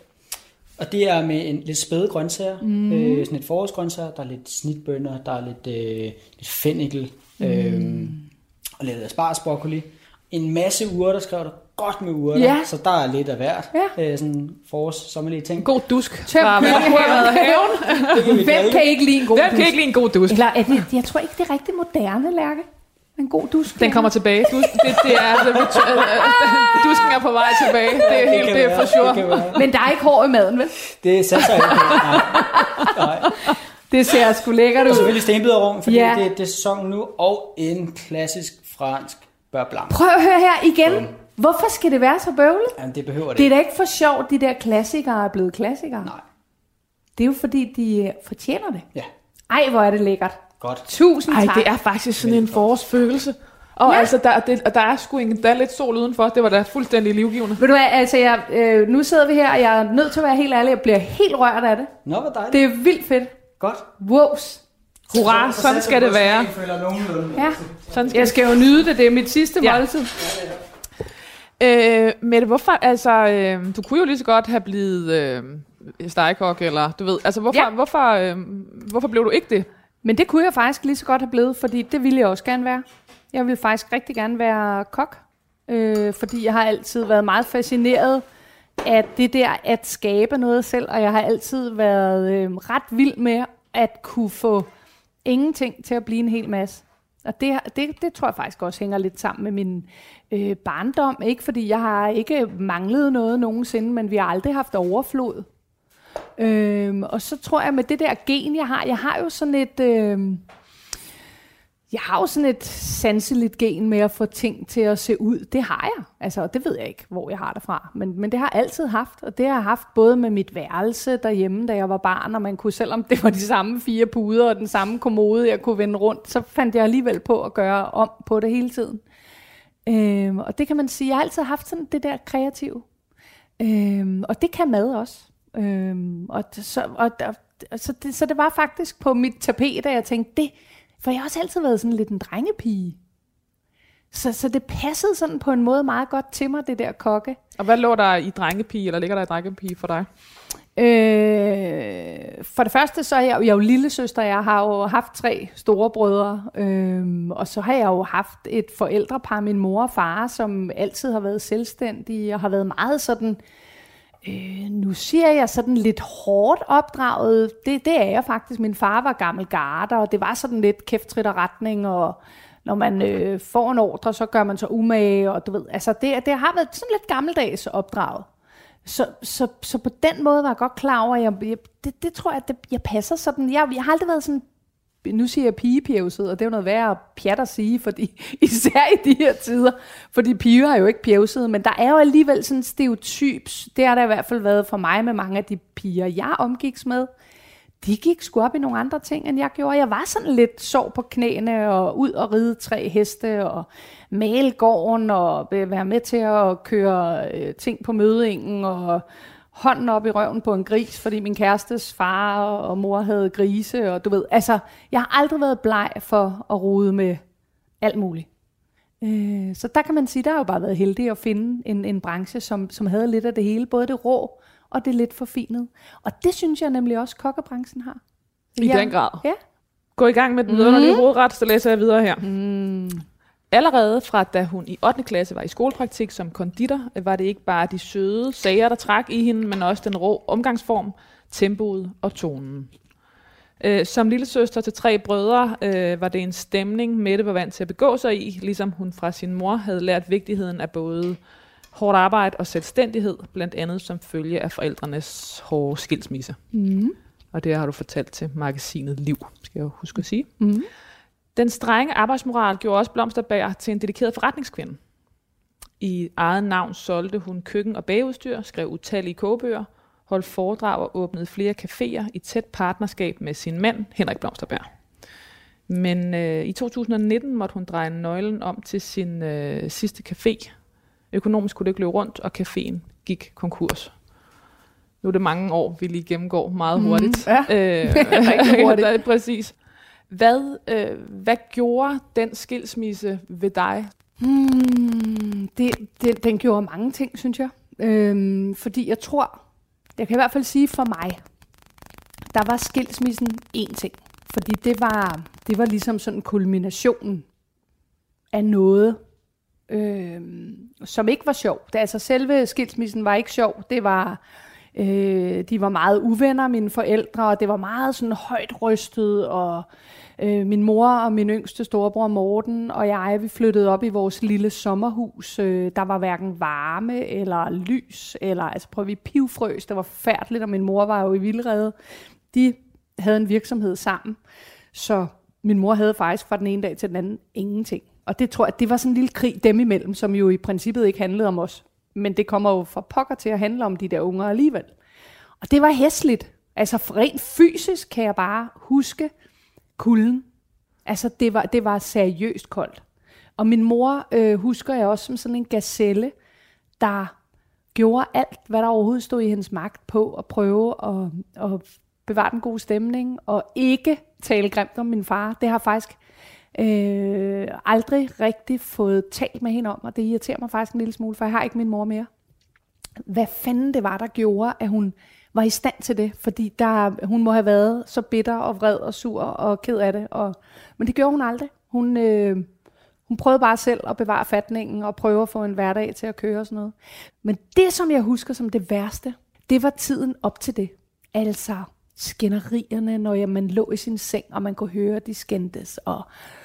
Og det er med en lidt spæde grøntsager, mm. øh, sådan et forårsgrøntsager, der er lidt snitbønner, der er lidt, øh, lidt fennikel, mm. øh, og lidt aspargesbroccoli. En masse urter, skrev du, godt med urter, Ja. så der er lidt af hvert. Ja. Øh, sådan forårs sommerlige ting. God dusk Tøm fra hvad der kunne have været haven. Det kan vi Hvem kalde kan det. ikke lide en god Hvem dusk? kan ikke lide en god dusk? Eller er det, jeg tror ikke, det er rigtig moderne, Lærke. En god dusk. Den kommer tilbage. Du, det, det er, det, øh, øh, dusken er på vej tilbage. Det er helt kan det er være, for sure. det kan være. Men der er ikke hår i maden, vel? Det satser jeg ikke på. Nej. Nej. Det ser sgu lækkert Og ud. selvfølgelig stenbiderrum, fordi Ja. det, det er sæson nu, og en klassisk fransk beurre blanc. Prøv at høre her igen. Bum. Hvorfor skal det være så bøvlet? Jamen, det behøver det, Det er ikke. da ikke for sjovt, de der klassikere er blevet klassikere. Nej, Det er jo fordi, de øh, fortjener det. ja, Ej, hvor er det lækkert. godt. Tusind Ej, tak. det er faktisk sådan en forårsfølelse. Og Ja. altså, der, det, og der er sgu ingen, der er lidt sol udenfor. Det var da fuldstændig livgivende. Ved du hvad, altså jeg, øh, nu sidder vi her, og jeg er nødt til at være helt ærlig. Jeg bliver helt rørt af det. Nå, hvor dejligt. Det er vildt fedt. Godt. Wows. Hurra, sådan skal det være. Føler nogenlunde. Ja. Sådan skal Jeg skal jo nyde det. Det er mit sidste Ja. måltid. Øh, Mette, hvorfor, altså, øh, du kunne jo lige så godt have blevet øh, stegekok, eller du ved, altså hvorfor, Ja. hvorfor, øh, hvorfor blev du ikke det? Men det kunne jeg faktisk lige så godt have blevet, fordi det ville jeg også gerne være. Jeg ville faktisk rigtig gerne være kok, øh, fordi jeg har altid været meget fascineret af det der at skabe noget selv, og jeg har altid været øh, ret vild med at kunne få ingenting til at blive en hel masse. Og det, det, det tror jeg faktisk også hænger lidt sammen med min øh, barndom. Ikke fordi jeg har ikke manglet noget nogensinde, men vi har aldrig haft overflod. Øhm, og så tror jeg med det der gen, jeg har, jeg har jo sådan et, øh, jeg har jo sådan et sanseligt gen med at få ting til at se ud. Det har jeg. Altså, det ved jeg ikke, hvor jeg har det fra. Men, men det har jeg altid haft, og det har jeg haft både med mit værelse derhjemme, da jeg var barn, og man kunne, selvom det var de samme fire puder og den samme kommode, jeg kunne vende rundt, så fandt jeg alligevel på at gøre om på det hele tiden. Øhm, og det kan man sige, jeg har altid haft sådan det der kreative. Øhm, og det kan mad også. Øhm, og, så, og, og, så, det, så det var faktisk på mit tapet, da jeg tænkte, det, for jeg har også altid været sådan lidt en drengepige. Så, så det passede sådan på en måde meget godt til mig, det der kokke. Og hvad lå der i drengepige, eller ligger der i drengepige for dig? Øh, for det første, så er jeg, jeg er jo lillesøster. Jeg har jo haft tre store brødre. Øh, og så har jeg jo haft et forældrepar, min mor og far, som altid har været selvstændige og har været meget sådan... Øh, nu siger jeg sådan lidt hårdt opdraget. Det, det er jeg faktisk. Min far var gammel garder, og det var sådan lidt kæft og retning, og når man øh, får en ordre, så gør man så umage, og du ved, altså det, det har været sådan lidt gammeldags opdraget. Så, så, så på den måde var jeg godt klar over, at jeg, jeg, det, det tror jeg, at det, jeg passer sådan. Jeg, jeg har aldrig været sådan, nu siger jeg pigepjævset, og det er jo noget værre pjat at sige, fordi, især i de her tider, fordi piger har jo ikke pjævset, men der er jo alligevel sådan en stereotyp, det har der i hvert fald været for mig med mange af de piger, jeg omgiks med. De gik sgu op i nogle andre ting, end jeg gjorde. Jeg var sådan lidt sov på knæene, og ud og ride tre heste, og male gården, og være med til at køre øh, ting på mødingen, og hånden op i røven på en gris, fordi min kærestes far og mor havde grise, og du ved, altså, jeg har aldrig været bleg for at rode med alt muligt. Øh, så der kan man sige, der har jo bare været heldig at finde en, en branche, som, som havde lidt af det hele, både det rå og det lidt forfinede. Og det synes jeg nemlig også, kokkebranchen har. I ja. den grad. Ja. Gå i gang med den vidunderlige mm. hovedret, så læser jeg videre her. Mm. Allerede fra da hun i ottende klasse var i skolepraktik som konditor, var det ikke bare de søde sager, der trak i hende, men også den rå omgangsform, tempoet og tonen. Øh, som lillesøster til tre brødre øh, var det en stemning, Mette var vant til at begå sig i, ligesom hun fra sin mor havde lært vigtigheden af både hårdt arbejde og selvstændighed, blandt andet som følge af forældrenes hårde skilsmisse. Mm. Og det har du fortalt til magasinet Liv, skal jeg jo huske at sige. Mm. Den strenge arbejdsmoral gjorde også Blomsterberg til en dedikeret forretningskvinde. I eget navn solgte hun køkken- og bageudstyr, skrev utallige kogebøger, holdt foredrag og åbnede flere caféer i tæt partnerskab med sin mand, Henrik Blomsterberg. Men øh, i to tusind nitten måtte hun dreje nøglen om til sin øh, sidste café. Økonomisk kunne det ikke løbe rundt, og caféen gik konkurs. Nu er det mange år, vi lige gennemgår meget hurtigt. Mm, ja, øh, rigtig hurtigt. Præcis. Hvad, øh, hvad gjorde den skilsmisse ved dig? Hmm, det, det, den gjorde mange ting, synes jeg. Øhm, fordi jeg tror, jeg kan i hvert fald sige for mig, der var skilsmissen én ting. Fordi det var, det var ligesom sådan kulminationen af noget, øhm, som ikke var sjov. Det, altså selve skilsmissen var ikke sjov. Det var... Øh, de var meget uvenner, mine forældre, og det var meget sådan højt rystet, og øh, min mor og min yngste storebror Morten og jeg, vi flyttede op i vores lille sommerhus. Øh, der var hverken varme eller lys, eller altså prøv vi pivfrøs, det var forfærdeligt, og min mor var jo i Vildrede. De havde en virksomhed sammen, så min mor havde faktisk fra den ene dag til den anden ingenting. Og det tror jeg, det var sådan en lille krig dem imellem, som jo i princippet ikke handlede om os. Men det kommer jo for pokker til at handle om de der unger alligevel. Og det var hæsligt. Altså rent fysisk kan jeg bare huske kulden. Altså det var, det var seriøst koldt. Og min mor øh, husker jeg også som sådan en gazelle, der gjorde alt, hvad der overhovedet stod i hendes magt på at prøve at, at bevare den gode stemning og ikke tale grimt om min far. Det har faktisk Øh, aldrig rigtig fået talt med hende om, og det irriterer mig faktisk en lille smule, for jeg har ikke min mor mere. Hvad fanden det var, der gjorde, at hun var i stand til det, fordi der, hun må have været så bitter og vred og sur og ked af det. Og, men det gjorde hun aldrig. Hun, øh, hun prøvede bare selv at bevare fatningen og prøve at få en hverdag til at køre og sådan noget. Men det, som jeg husker som det værste, det var tiden op til det. Altså skænderierne, når man lå i sin seng, og man kunne høre, at de skændtes. Og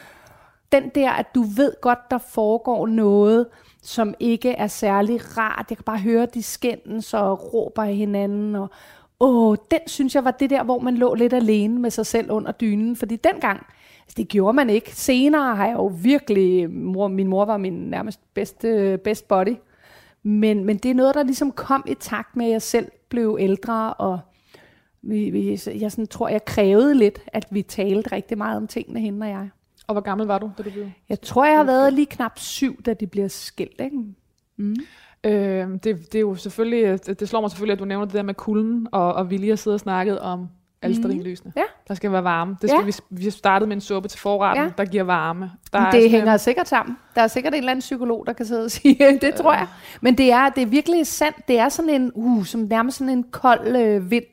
den der, at du ved godt, der foregår noget, som ikke er særlig rart. Jeg kan bare høre, de skændes og råber af hinanden. Og, åh, den synes jeg var det der, hvor man lå lidt alene med sig selv under dynen. Fordi dengang, altså det gjorde man ikke. Senere har jeg jo virkelig, mor, min mor var min nærmest bedste, best buddy. Men, men det er noget, der ligesom kom i takt med, at jeg selv blev ældre, og vi, vi, jeg sådan, tror, jeg krævede lidt, at vi talte rigtig meget om tingene, hende og jeg. Og hvor gammel var du, da du blev? Jeg tror, jeg har været lige knap syv, da de bliver skilt, ikke? Mm. Øh, det, det er jo selvfølgelig, det, det slår mig selvfølgelig, at du nævner det der med kulden, og, og vi lige har siddet og snakket om alle stearinlysene. Ja. Der skal være varme. Det skal Ja. vi, vi startede med en suppe til forretten, Ja. der giver varme. Der Det sådan hænger en- sikkert sammen. Der er sikkert en eller anden psykolog, der kan sidde og sige, det tror jeg. Men det er, det er virkelig sandt. Det er sådan en, uh, som nærmest sådan en kold øh, vind,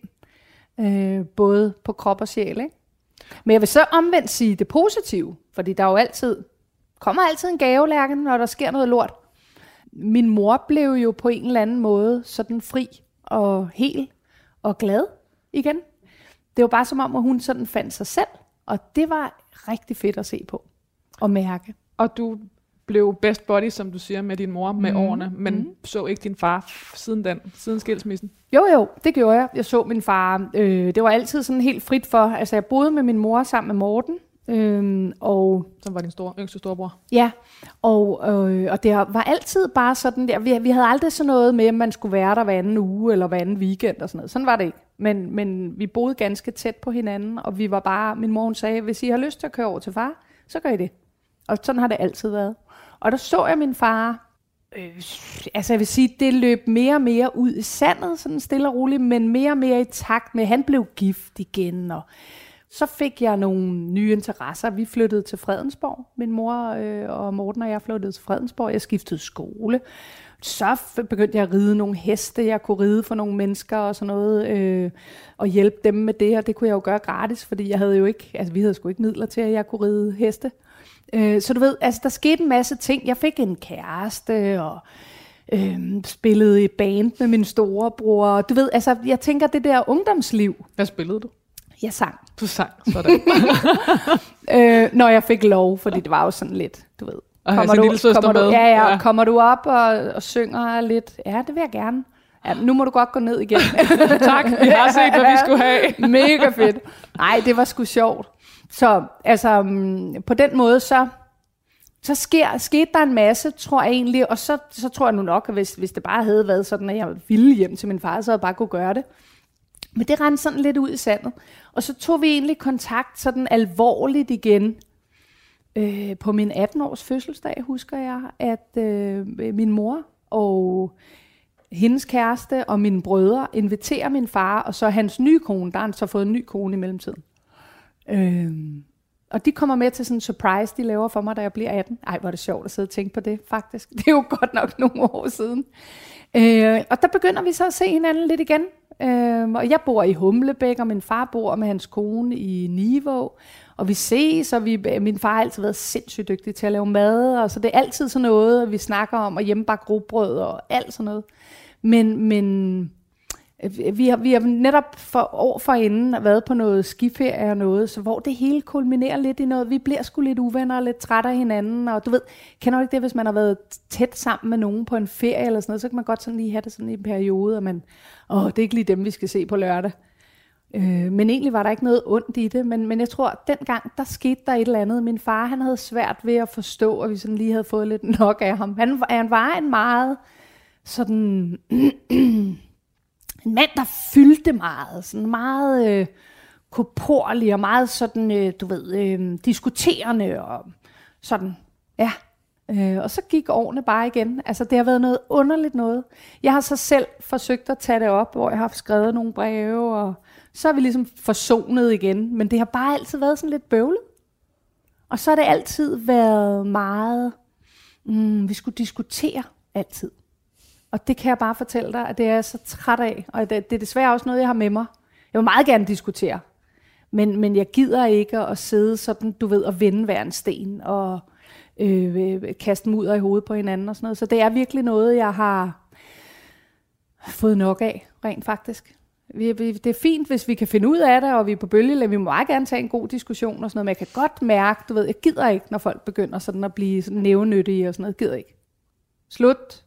øh, både på krop og sjæl, ikke? Men jeg vil så omvendt sige det positive, fordi der er jo altid, kommer altid en gavelærke, når der sker noget lort. Min mor blev jo på en eller anden måde sådan fri og hel og glad igen. Det var bare som om, at hun sådan fandt sig selv, og det var rigtig fedt at se på og mærke. Og du blev best buddy, som du siger, med din mor med Mm. årene, men Mm. så ikke din far f- siden den, siden skilsmissen. Jo, jo, det gjorde jeg. Jeg så min far. Øh, det var altid sådan helt frit for. Altså, jeg boede med min mor sammen med Morten. Øh, og Som var din store, yngste storebror. ja, og, øh, og det var altid bare sådan der. Vi, vi havde aldrig sådan noget med, at man skulle være der hver anden uge eller hver anden weekend og sådan noget. Sådan var det ikke. Men, men vi boede ganske tæt på hinanden, og vi var bare, min mor hun sagde, hvis I har lyst til at køre over til far, så gør I det. Og sådan har det altid været. Og der så jeg min far, øh, altså jeg vil sige, det løb mere og mere ud i sandet, sådan stille og roligt, men mere og mere i takt med, han blev gift igen, og så fik jeg nogle nye interesser. Vi flyttede til Fredensborg, min mor øh, og Morten og jeg flyttede til Fredensborg, jeg skiftede skole. Så f- begyndte jeg at ride nogle heste, jeg kunne ride for nogle mennesker og sådan noget, øh, og hjælpe dem med det, og det kunne jeg jo gøre gratis, fordi jeg havde jo ikke, altså vi havde sgu ikke midler til, at jeg kunne ride heste. Øh, så du ved, altså der skete en masse ting. Jeg fik en kæreste, og øh, spillede i band med min storebror. Og du ved, altså jeg tænker, det der ungdomsliv, Hvad spillede du? jeg sang. Du sang sådan. øh, når jeg fik lov, fordi det var jo sådan lidt, du ved. Og have sin lille søster kommer du, med. ja, ja, Ja. kommer du op og, og synger lidt? Ja, det vil jeg gerne. Ja, nu må du godt gå ned igen. Tak, vi har set, hvad vi skulle have. Mega fedt. Nej, det var sgu sjovt. Så altså, mm, på den måde, så, så sker, skete der en masse, tror jeg egentlig. Og så, så tror jeg nu nok, at hvis, hvis det bare havde været sådan, at jeg ville hjem til min far, så havde jeg bare kunne gøre det. Men det rendte sådan lidt ud i sandet. Og så tog vi egentlig kontakt sådan alvorligt igen. Øh, på min atten-års fødselsdag, husker jeg, at øh, min mor og hendes kæreste og mine brødre inviterer min far, og så hans nye kone, der har han så fået en ny kone i mellemtiden. Øh, og de kommer med til sådan en surprise, de laver for mig, da jeg bliver atten. Ej, hvor er det sjovt at sidde og tænke på det, faktisk. Det er jo godt nok nogle år siden. Øh, og der begynder vi så at se hinanden lidt igen. Øh, og jeg bor i Humlebæk, og min far bor med hans kone i Nivå. Og vi ses, og vi, min far har altid været sindssygt dygtig til at lave mad, og så det er altid sådan noget, vi snakker om, og hjemmebakke rugbrød og alt sådan noget. Men, men vi, har, vi har netop for år forinden været på noget skiferie og noget, så hvor det hele kulminerer lidt i noget. Vi bliver sgu lidt uvenner og lidt trætte af hinanden, og du ved, kender du ikke det, hvis man har været tæt sammen med nogen på en ferie eller sådan noget, så kan man godt sådan lige have det sådan i en periode, og man, åh, det er ikke lige dem, vi skal se på lørdag. Øh, men egentlig var der ikke noget ondt i det, men, men jeg tror, at dengang, der skete der et eller andet. Min far, han havde svært ved at forstå, at vi sådan lige havde fået lidt nok af ham. Han, han var en meget sådan en mand, der fyldte meget, sådan meget øh, korporlig og meget sådan, øh, du ved, øh, diskuterende og sådan, ja. Øh, og så gik årene bare igen. Altså, det har været noget underligt noget. Jeg har så selv forsøgt at tage det op, hvor jeg har skrevet nogle breve, og så har vi ligesom forsonet igen. Men det har bare altid været sådan lidt bøvlet. Og så har det altid været meget, mm, vi skulle diskutere altid. Og det kan jeg bare fortælle dig, at det er jeg så træt af. Og det, det er desværre også noget, jeg har med mig. Jeg vil meget gerne diskutere. Men, men jeg gider ikke at sidde sådan, du ved, og vende hver en sten. Og øh, kaste mudder i hovedet på hinanden og sådan noget. Så det er virkelig noget, jeg har fået nok af, rent faktisk. Vi, vi, det er fint, hvis vi kan finde ud af det, og vi er på bølgelængde. Vi må meget gerne tage en god diskussion og sådan noget. Men jeg kan godt mærke, du ved, jeg gider ikke, når folk begynder sådan at blive sådan nævnyttige og sådan noget. Jeg gider ikke. Slut.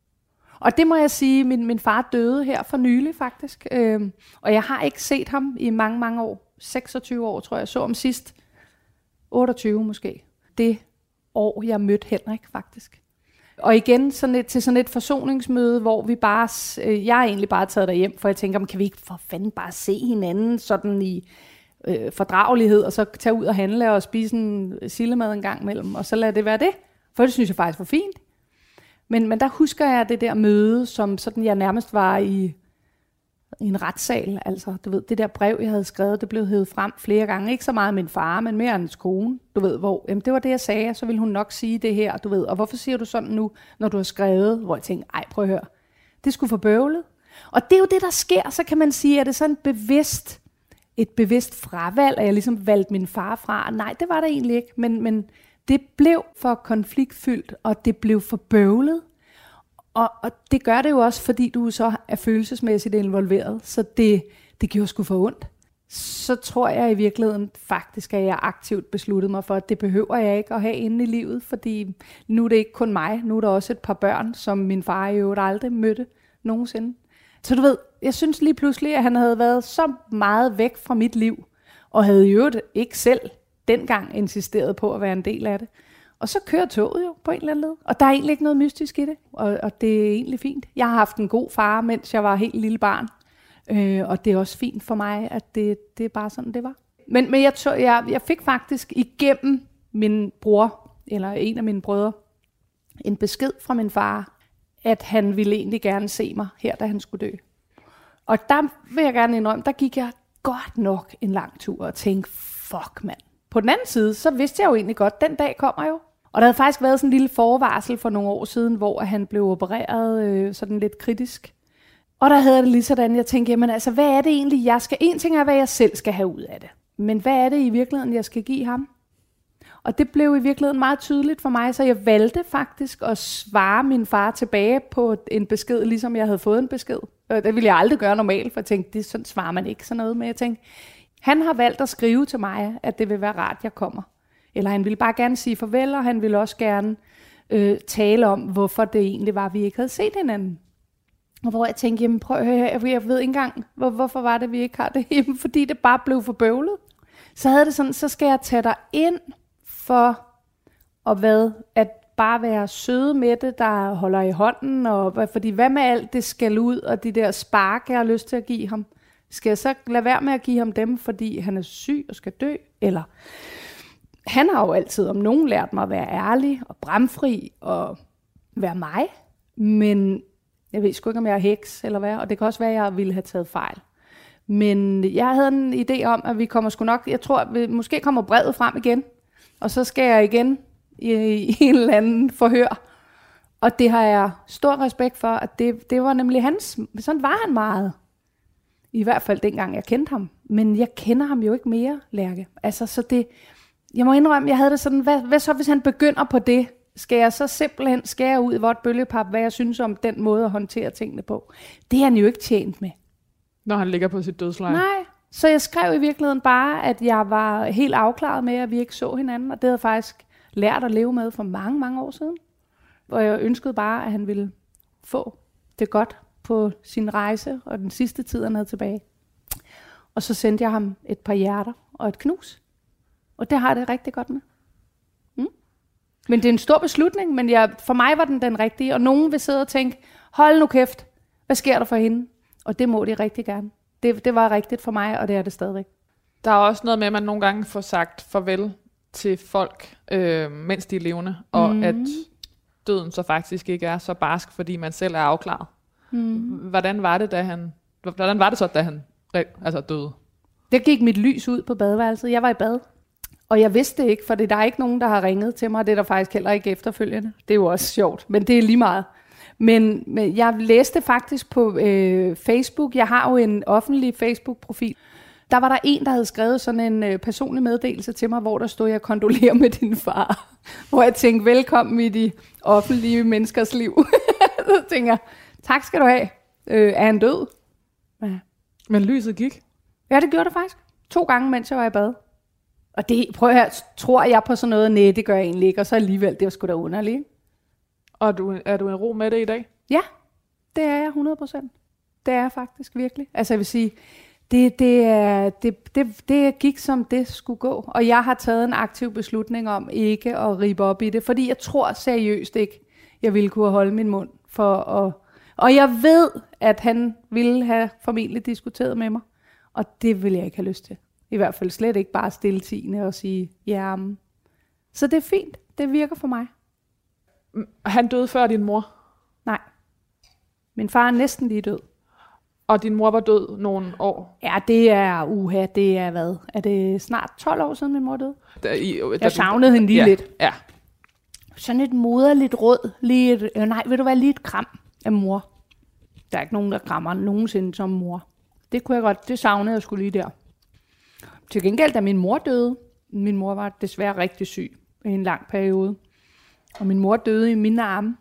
Og det må jeg sige, min, min far døde her for nylig faktisk. Øhm, og jeg har ikke set ham i mange, mange år. seksogtyve år, tror jeg. Jeg så ham sidst. otteogtyve måske. Det år, jeg mødte Henrik faktisk. Og igen sådan et, til sådan et forsoningsmøde, hvor vi bare, øh, jeg er egentlig bare taget derhjem, for jeg tænker, kan vi ikke for fanden bare se hinanden sådan i øh, fordragelighed, og så tage ud og handle og spise en sillemad en gang imellem, og så lade det være det. For det synes jeg faktisk var fint. Men, men der husker jeg det der møde, som sådan jeg nærmest var i, i en retssal. Altså, du ved, det der brev, jeg havde skrevet, det blev hævet frem flere gange. Ikke så meget min far, men mere hans kone. Du ved, hvor, jamen, det var det, jeg sagde, så ville hun nok sige det her, du ved. Og hvorfor siger du sådan nu, når du har skrevet? Hvor jeg tænkte, ej, prøv at høre. Det skulle få bøvlet. Og det er jo det, der sker, så kan man sige, at det er sådan bevidst, et bevidst fravalg, at jeg ligesom valgte min far fra. Nej, det var der egentlig ikke, men, men det blev for konfliktfyldt, og det blev for bøvlet. Og, og det gør det jo også, fordi du så er følelsesmæssigt involveret, så det, det giver sgu for ondt. Så tror jeg i virkeligheden faktisk, at jeg aktivt besluttede mig for, at det behøver jeg ikke at have inde i livet, fordi nu er det ikke kun mig, nu er der også et par børn, som min far i øvrigt aldrig mødte nogensinde. Så du ved, jeg synes lige pludselig, at han havde været så meget væk fra mit liv, og havde i øvrigt ikke selv dengang insisteret på at være en del af det. Og så kører toget jo på en eller anden led. Og der er egentlig ikke noget mystisk i det. Og, og det er egentlig fint. Jeg har haft en god far, mens jeg var helt lille barn. Øh, og det er også fint for mig, at det, det er bare sådan, det var. Men, men jeg, tog, jeg, jeg fik faktisk igennem min bror, eller en af mine brødre, en besked fra min far, at han ville egentlig gerne se mig her, da han skulle dø. Og der vil jeg gerne indrømme, der gik jeg godt nok en lang tur og tænkte, fuck mand. På den anden side, så vidste jeg jo egentlig godt, den dag kommer jo. Og der havde faktisk været sådan en lille forvarsel for nogle år siden, hvor han blev opereret øh, sådan lidt kritisk. Og der havde det lige sådan, jeg tænkte, jamen altså, hvad er det egentlig, jeg skal... En ting er, hvad jeg selv skal have ud af det. Men hvad er det i virkeligheden, jeg skal give ham? Og det blev i virkeligheden meget tydeligt for mig, så jeg valgte faktisk at svare min far tilbage på en besked, ligesom jeg havde fået en besked. Og det ville jeg aldrig gøre normalt, for jeg tænkte, det sådan svarer man ikke sådan noget med. Jeg tænkte, han har valgt at skrive til mig, at det vil være rart, jeg kommer. Eller han ville bare gerne sige farvel, og han ville også gerne øh, tale om, hvorfor det egentlig var, vi ikke havde set hinanden. Og hvor jeg tænkte, jamen prøv at høre, jeg ved ikke engang, hvor, hvorfor var det, vi ikke har det? Jamen, fordi det bare blev for bøvlet. Så havde det sådan, så skal jeg tage dig ind for at, hvad, at bare være søde med det, der holder i hånden. Og, fordi hvad med alt det skal ud, og de der spark, jeg har lyst til at give ham? Skal jeg så lade være med at give ham dem, fordi han er syg og skal dø? Eller han har jo altid om nogen lært mig at være ærlig og bramfri og være mig. Men jeg ved sgu ikke, om jeg er heks eller hvad. Og det kan også være, at jeg ville have taget fejl. Men jeg havde en idé om, at vi kommer sgu nok... Jeg tror, at vi måske kommer brevet frem igen. Og så skal jeg igen i, i en eller anden forhør. Og det har jeg stor respekt for, at det, det var nemlig hans... Sådan var han meget. I hvert fald dengang jeg kendte ham. Men jeg kender ham jo ikke mere, Lærke. Altså, så det... Jeg må indrømme, jeg havde det sådan, hvad, hvad så hvis han begynder på det? Skal jeg så simpelthen skære ud i vort bølgepap, hvad jeg synes om den måde at håndtere tingene på? Det er han jo ikke tjent med. Når han ligger på sit dødsleje. Nej, så jeg skrev i virkeligheden bare, at jeg var helt afklaret med, at vi ikke så hinanden. Og det havde jeg faktisk lært at leve med for mange, mange år siden. Og jeg ønskede bare, at han ville få det godt på sin rejse, og den sidste tid, han havde tilbage. Og så sendte jeg ham et par hjerter og et knus. Og det har jeg det rigtig godt med. Mm. Men det er en stor beslutning, men jeg, for mig var den den rigtige. Og nogen vil sidde og tænke, hold nu kæft, hvad sker der for hende? Og det må de rigtig gerne. Det, det var rigtigt for mig, og det er det stadigvæk. Der er også noget med, at man nogle gange får sagt farvel til folk, øh, mens de er levende. Og mm. at døden så faktisk ikke er så barsk, fordi man selv er afklaret. Mm. Hvordan var det, da han, hvordan var det så, da han altså døde? Det gik mit lys ud på badeværelset. Jeg var i bad. Og jeg vidste det ikke, for der er ikke nogen, der har ringet til mig, og det er der faktisk heller ikke efterfølgende. Det er jo også sjovt, men det er lige meget. Men, men jeg læste faktisk på øh, Facebook, jeg har jo en offentlig Facebook-profil, der var der en, der havde skrevet sådan en øh, personlig meddelelse til mig, hvor der stod, jeg kondolerer med din far. Hvor jeg tænkte, velkommen i de offentlige menneskers liv. Så tænker jeg, tak skal du have. Øh, er han død? Ja. Men lyset gik. Ja, det gjorde det faktisk. To gange, mens jeg var i bad. Og det, prøv at høre, tror jeg på sådan noget? Nej, det gør jeg egentlig ikke. Og så alligevel, det var sgu da underligt. Og du, er du en ro med det i dag? Ja, det er jeg hundrede procent. Det er jeg faktisk virkelig. Altså jeg vil sige, det, det, er, det, det, det gik som det skulle gå. Og jeg har taget en aktiv beslutning om ikke at ribe op i det. Fordi jeg tror seriøst ikke, jeg ville kunne holde min mund for at... Og jeg ved, at han ville have formentlig diskuteret med mig. Og det vil jeg ikke have lyst til. I hvert fald slet ikke bare stiltiende og sige, ja. Så det er fint. Det virker for mig. Han døde før din mor? Nej. Min far er næsten lige død. Og din mor var død nogle år? Ja, det er uha, det er hvad? Er det snart tolv år siden min mor døde? Da, i, da jeg savnede hende lige ja, lidt. Ja. Sådan et moderligt råd. Lige et, øh, nej, vil du være lige et kram af mor? Der er ikke nogen, der krammer nogensinde som mor. Det kunne jeg godt, det savnede jeg skulle lige der. Til gengæld, da min mor døde, min mor var desværre rigtig syg i en lang periode. Og min mor døde i mine arme.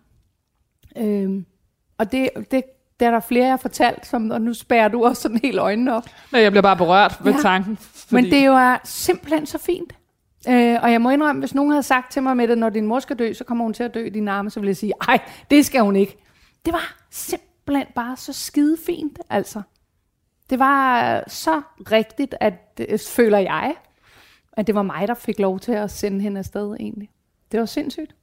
Øhm, og det, det, det er der flere, jeg har fortalt, som, og nu spærrer du også sådan helt øjnene op. Nej, jeg bliver bare berørt ved ja. tanken. Fordi... Men det er jo simpelthen så fint. Øh, og jeg må indrømme, hvis nogen havde sagt til mig med det, når din mor skal dø, så kommer hun til at dø i dine arme, så ville jeg sige, ej, det skal hun ikke. Det var simpelthen bare så skide fint, altså. Det var så rigtigt, at det, føler jeg, at det var mig, der fik lov til at sende hende afsted egentlig. Det var sindssygt.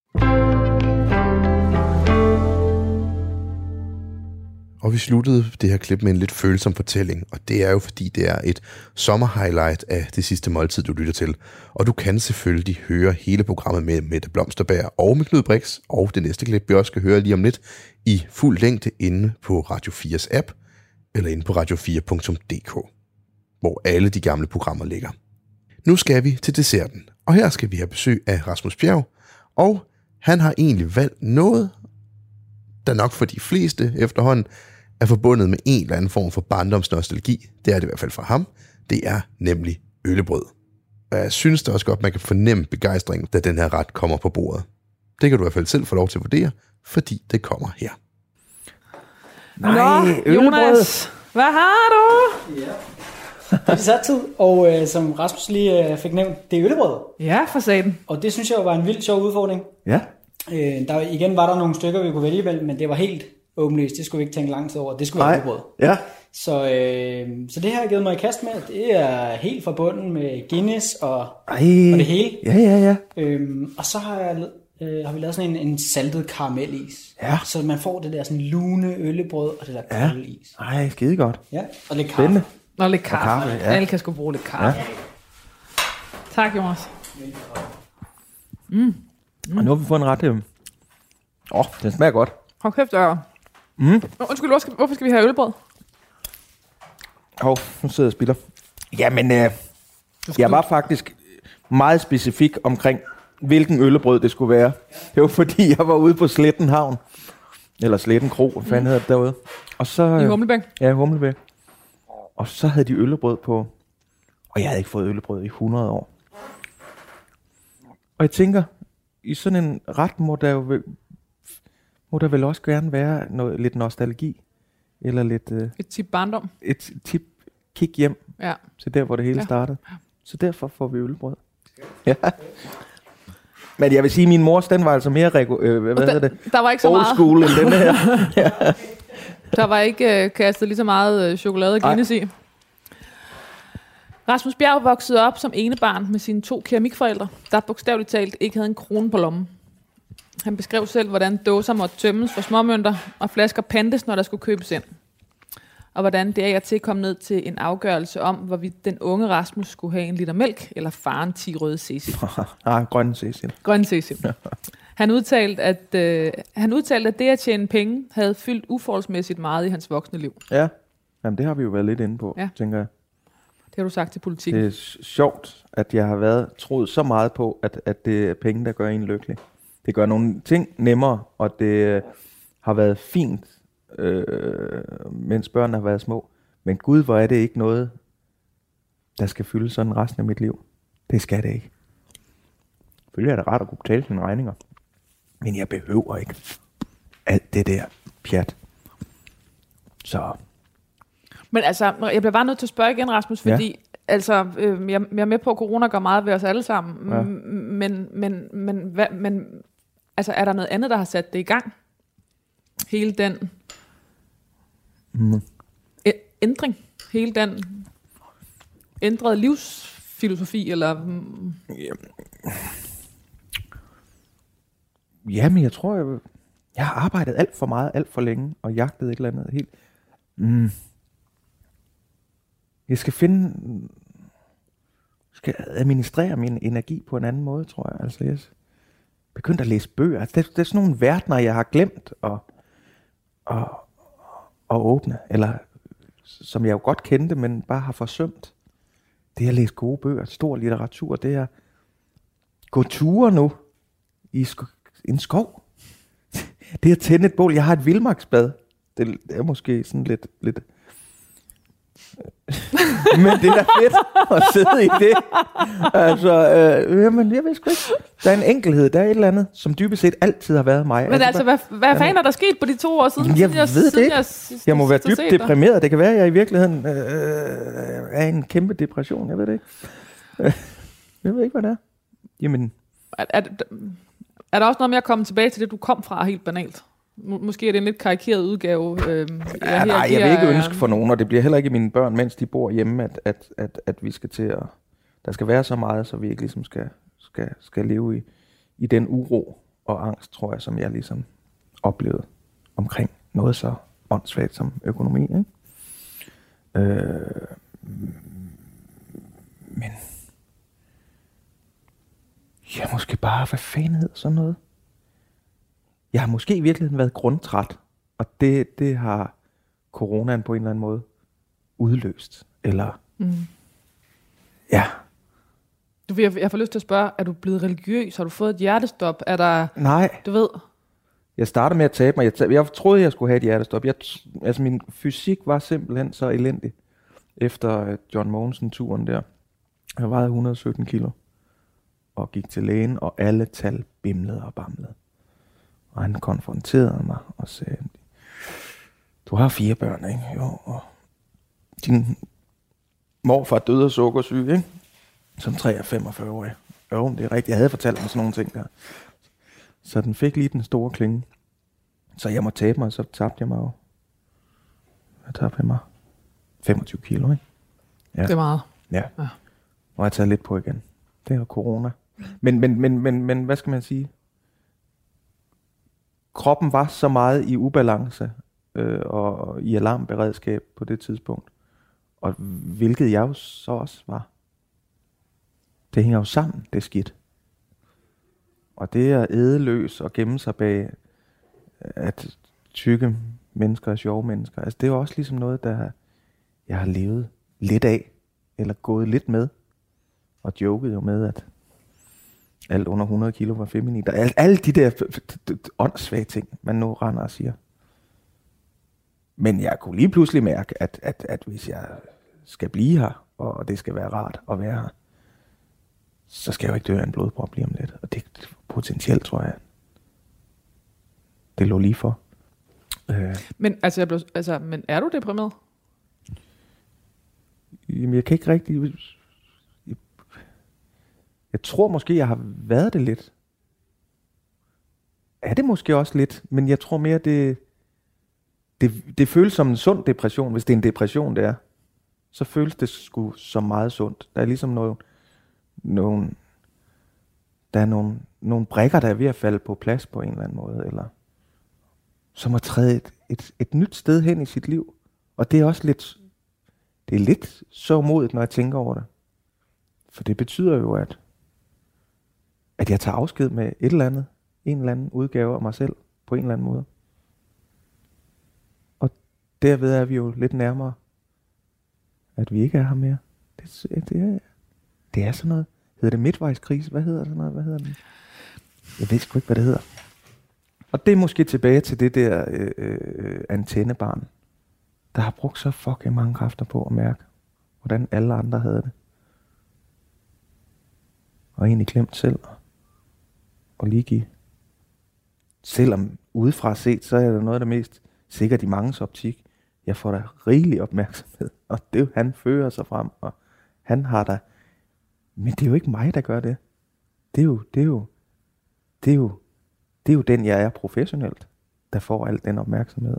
Og vi sluttede det her klip med en lidt følsom fortælling, og det er jo fordi, det er et sommerhighlight af det sidste måltid, du lytter til. Og du kan selvfølgelig høre hele programmet med Mette Blomsterberg og med Knud Brix, og det næste klip, vi også skal høre lige om lidt, i fuld længde inde på Radio fires app, eller inde på radio fire punktum d k, hvor alle de gamle programmer ligger. Nu skal vi til desserten, og her skal vi have besøg af Rasmus Bjerg, og han har egentlig valgt noget, der nok for de fleste efterhånden er forbundet med en eller anden form for barndomsnostalgi. Det er det i hvert fald for ham. Det er nemlig øllebrød. Og jeg synes da også godt, man kan fornemme begejstringen, da den her ret kommer på bordet. Det kan du i hvert fald selv få lov til at vurdere, fordi det kommer her. Nej, Nå, Jonas, hvad har du? Ja. Det er sat tid, og øh, som Rasmus lige øh, fik nævnt, det er øllebrød. Ja, for satan. Og det synes jeg var en vildt sjov udfordring. Ja. Øh, der, igen var der nogle stykker, vi kunne vælge imellem, men det var helt åbenlyst. Det skulle vi ikke tænke lang tid over. Det skulle være øllebrød. Ja. Så, øh, så det her har jeg givet mig i kast med. Det er helt forbundet med Guinness og, og det hele. Ja, ja, ja. Øhm, og så har, jeg, øh, har vi lavet sådan en, en saltet karamelis. Ja. Så man får det der sådan lune øllebrød og det der Ja. kolde is. Ej, skide godt. Ja, og lidt kaffe. Spændende. Nå, lidt kaffe. kaffe, ja. Alle kan sgu bruge lidt kaffe. Ja. Tak, Jonas. Mm. Mm. Og nu har vi fået en ret... Åh, øh... oh, den smager godt. Hold kæft, jeg... Mm. Undskyld, hvorfor skal, hvorfor skal vi have øllebrød? Åh, oh, nu sidder jeg og spiller. Jamen, øh, jeg var faktisk meget specifik omkring, hvilken øllebrød det skulle være. Det var fordi, jeg var ude på Sletten Havn. Eller Sletten Kro, hvad fanden mm. hedder det derude. Og så, I Humlebæk? Ja, i Humlebæk. Og så havde de øllebrød på. Og jeg havde ikke fået øllebrød i hundrede år. Og jeg tænker, i sådan en ret må der jo må der vel også gerne være noget, lidt nostalgi. Eller lidt... Øh, et tip barndom. Et tip kig hjem ja. til der, hvor det hele ja. startede. Så derfor får vi øllebrød. Ja. Men jeg vil sige, at min mors, den var altså mere regu- øh, hvad der, hedder det? Der var ikke så old meget. school end den her. Ja. Der var ikke øh, kastet lige så meget øh, chokolade og Guinness i. Rasmus Bjerg voksede op som enebarn med sine to keramikforældre, der bogstaveligt talt ikke havde en krone på lommen. Han beskrev selv, hvordan dåser måtte tømmes for småmønter og flasker pantes, når der skulle købes ind. Og hvordan det er jeg til kom ned til en afgørelse om, hvorvidt den unge Rasmus skulle have en liter mælk, eller faren ti røde Cecil. ah, grønne Cecil. Grønne Cecil. Han udtalte, at, øh, han udtalte, at det at tjene penge havde fyldt uforholdsmæssigt meget i hans voksne liv. Ja, jamen det har vi jo været lidt inde på, ja. tænker jeg. Det har du sagt til politikken. Det er sjovt, at jeg har været troet så meget på, at, at det er penge, der gør en lykkelig. Det gør nogle ting nemmere, og det har været fint, øh, mens børnene har været små. Men Gud, hvor er det ikke noget, der skal fylde sådan resten af mit liv. Det skal det ikke. Selvfølgelig er det rart at kunne betale sine regninger. Men jeg behøver ikke alt det der pjat. Så. Men altså, jeg bliver bare nødt til at spørge igen, Rasmus, fordi ja. altså, øh, jeg, jeg er med på, at corona gør meget ved os alle sammen. Ja. Men, men, men, hvad, men altså, er der noget andet, der har sat det i gang? Hele den mm. æ- ændring? Hele den ændrede livsfilosofi? Eller? Mm. Ja, men jeg tror, jeg, jeg har arbejdet alt for meget, alt for længe, og jagtet et eller andet helt. Mm. Jeg skal finde, skal administrere min energi på en anden måde, tror jeg. Altså, jeg begyndte at læse bøger. Altså, det, det er sådan nogle verdener, jeg har glemt at, at, at åbne, eller som jeg jo godt kendte, men bare har forsømt. Det er at læse gode bøger, stor litteratur, det er at gå ture nu i sk- en skov. Det er at tænde et bål. Jeg har et vildmarksbad. Det er måske sådan lidt... lidt men det er da fedt at sidde i det. Altså, øh, jamen, jeg ved sgu ikke. Der er en enkelhed, der er et eller andet, som dybest set altid har været mig. Men altså, altså hvad, hvad fanden er der sket på de to år siden? Jeg siden ved det ikke. Jeg, jeg, jeg må være dybt deprimeret. Det kan være, at jeg i virkeligheden øh, er i en kæmpe depression. Jeg ved det ikke. Jeg ved ikke, hvad det er. Jamen... Er, er, er der også noget med at komme tilbage til det, du kom fra helt banalt? Måske er det en lidt karikeret udgave. Øh, ja, jeg nej, jeg vil ikke ønske for nogen, og det bliver heller ikke mine børn, mens de bor hjemme, at, at, at, at vi skal til at... Der skal være så meget, så vi ikke ligesom skal, skal, skal leve i, i den uro og angst, tror jeg, som jeg ligesom oplevede omkring noget så åndssvagt som økonomi. Ikke? Øh, men... Ja, måske bare, hvad fanden hedder sådan noget? Jeg har måske i virkeligheden været grundtræt, og det, det har coronaen på en eller anden måde udløst. Eller, mm. ja. Du, jeg, jeg får lyst til at spørge, er du blevet religiøs? Har du fået et hjertestop? Er der... Nej. Du ved... Jeg startede med at tabe mig. Jeg, tab- jeg troede, jeg skulle have et hjertestop. Jeg t- altså, min fysik var simpelthen så elendig efter John Mogensen-turen der. Jeg vejede et hundrede og sytten kilo og gik til lægen, og alle tal bimlede og bamlede. Og han konfronterede mig og sagde, du har fire børn, ikke? Jo, og din morfar døde af sukkersyge, ikke? Som femogfyrre-årig. Jo, det er rigtigt. Jeg havde fortalt mig sådan nogle ting der. Så den fik lige den store klinge. Så jeg måtte tabe mig, og så tabte jeg mig jo. Hvad tabte jeg mig? femogtyve kilo, ikke? Ja. Det er meget. Ja. ja. Og jeg tager lidt på igen. Det er corona. Men, men, men, men, men hvad skal man sige? Kroppen var så meget i ubalance øh, og i alarmberedskab på det tidspunkt. Og hvilket jeg jo så også var. Det hænger jo sammen, det skidt. Og det at æde løs og gemme sig bag, at tykke mennesker er sjove mennesker, altså det er jo også ligesom noget, der jeg har levet lidt af, eller gået lidt med, og joket jo med, at alt under hundrede kilo var feminint. Og alle, alle de der åndssvage ting, man nu render og siger. Men jeg kunne lige pludselig mærke, at, at, at hvis jeg skal blive her, og det skal være rart at være her, så skal jeg jo ikke dø af en blodprop lige om lidt. Og det potentielt, tror jeg, det lå lige for. Øh. Men, altså, jeg blev, altså, men er du deprimeret? Jamen, jeg kan ikke rigtig... Jeg, jeg tror måske, jeg har været det lidt. Er det måske også lidt, men jeg tror mere, det, det, det føles som en sund depression. Hvis det er en depression, det er, så føles det sgu som meget sundt. Der er ligesom noget... Nogle, der er nogle, nogle brækker, der er ved at falde på plads på en eller anden måde, eller som at træde et, et, et nyt sted hen i sit liv. Og det er også lidt, det er lidt så modigt, når jeg tænker over det. For det betyder jo, at, at jeg tager afsked med et eller andet, en eller anden udgave af mig selv, på en eller anden måde. Og derved er vi jo lidt nærmere, at vi ikke er her mere. Det, det, er, det er sådan noget. Hedder det midtvejskrise? Hvad hedder sådan noget? Hvad hedder den? Jeg ved sgu ikke, hvad det hedder. Og det er måske tilbage til det der øh, øh, antennebarn, der har brugt så fucking mange kræfter på at mærke, hvordan alle andre havde det. Og egentlig glemt selv at lige give. Selvom udefra set, så er det noget af det mest sikkert i manges optik. Jeg får da rigelig opmærksomhed, og det er jo, han fører sig frem, og han har da. Men det er jo ikke mig, der gør det. Det er jo, det er jo, det er jo, det er jo den, jeg er professionelt, der får al den opmærksomhed.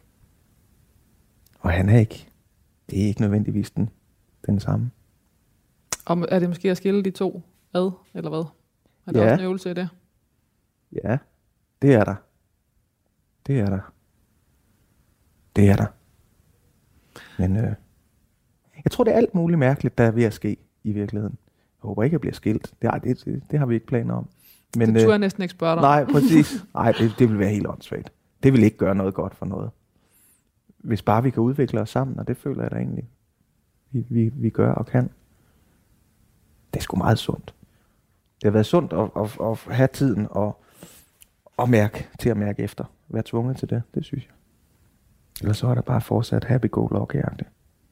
Og han er ikke, det er ikke nødvendigvis den, den samme. Og er det måske at skille de to ad, eller hvad? Er der Ja. også en øvelse i det? Ja, det er der. Det er der. Det er der. Men øh, jeg tror, det er alt muligt mærkeligt, der er ved at ske i virkeligheden. Jeg håber ikke, jeg bliver skilt. Det, det, det, det har vi ikke planer om. Men, Det turde øh, jeg næsten ikke spørge dig. nej, præcis. Nej, det, det vil være helt åndssvagt. Det vil ikke gøre noget godt for noget. Hvis bare vi kan udvikle os sammen, og det føler jeg da egentlig, vi, vi, vi gør og kan. Det er sgu meget sundt. Det har været sundt at, at, at have tiden og, og mærke til at mærke efter. Være tvunget til det, det synes jeg. Eller så er der bare fortsat happy-go-lucky-agtigt.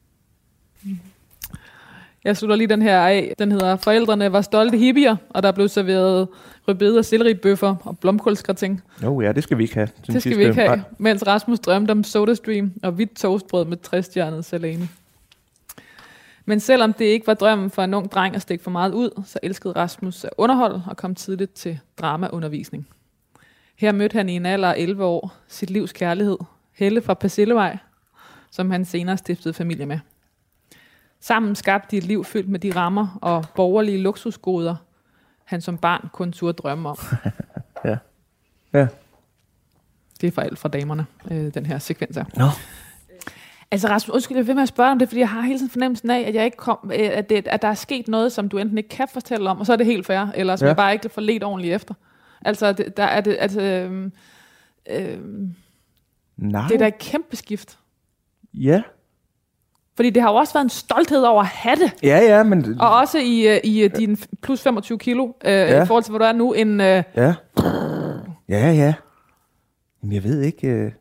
Jeg slutter lige den her af. Den hedder Forældrene var stolte hippier, og der blev serveret rødbeder, selleribøffer og blomkålsgratin. Jo ja, det skal vi ikke have. Det skal vi ikke have, mens Rasmus drømte om SodaStream og hvidt toastbrød med tres-stjernet salami. Men selvom det ikke var drømmen for en ung dreng at stikke for meget ud, så elskede Rasmus at underholde og kom tidligt til dramaundervisning. Her mødte han i en alder af elleve år sit livs kærlighed, Helle fra Persillevej, som han senere stiftede familie med. Sammen skabte de et liv fyldt med de rammer og borgerlige luksusgoder, han som barn kun turde drømme om. Ja. Ja. Det er for alt fra damerne, øh, den her sekvens her. Nå. Altså Rasmus, undskyld, jeg vil med at spørge om det, fordi jeg har hele tiden fornemmelsen af, at, jeg ikke kom, at, det, at der er sket noget, som du enten ikke kan fortælle om, og så er det helt fair, eller som ja. jeg bare ikke får ledt ordentligt efter. Altså, det, der er det, altså, øh, øh, Nej. det er da et kæmpe skift. Ja. Fordi det har jo også været en stolthed over at have det. Ja, ja, men... Og også i, i din plus femogtyve kilo, øh, Ja. i forhold til, hvor du er nu, en... Øh, Ja. Ja, ja. Men jeg ved ikke... Øh...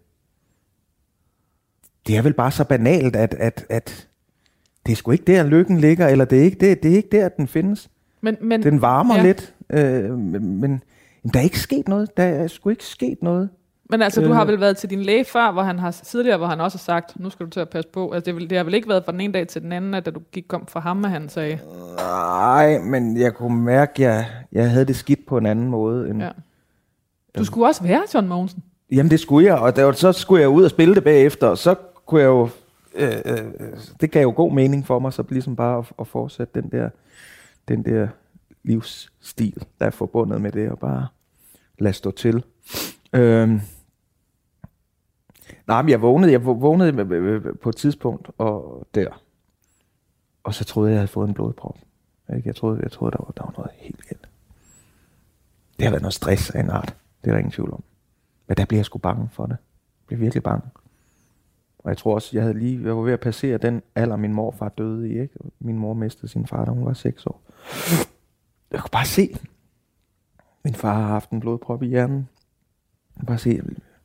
Det er vel bare så banalt, at, at, at det er sgu ikke der, lykken ligger, eller det er ikke, det, det er ikke der, den findes. men, men, Den varmer ja. lidt, øh, men, men der er ikke sket noget. Der er sgu ikke sket noget. Men altså, du Øh. har vel været til din læge før, hvor han har tidligere, hvor han også har sagt, nu skal du til at passe på. Altså, det, vil, det har vel ikke været fra den ene dag til den anden, at da du gik kom fra ham, at han sagde... Nej, men jeg kunne mærke, at jeg, jeg havde det skidt på en anden måde. End, Ja. Du skulle også være John Mogensen. Jamen det skulle jeg, og der, så skulle jeg ud og spille det bagefter, og så kunne jeg jo, øh, øh, det gav jo god mening for mig, så ligesom bare at, at fortsætte den der, den der livsstil, der er forbundet med det, og bare lade stå til. Øhm. Nej, men jeg vågnede, jeg vågnede på et tidspunkt, og der, og så troede jeg, jeg havde fået en blodprop. Jeg troede, jeg troede der, var, der var noget helt galt. Det har været noget stress af en art, det er der ingen tvivl om. Men der blev jeg sgu bange for det. Jeg blev virkelig bange. Og jeg tror også, jeg havde lige, jeg var ved at passere den alder, min morfar døde i, ikke? Min mor mistede sin far, da hun var seks år. Jeg kunne bare se, min far har haft en blodprop i hjernen. Jeg kunne bare se,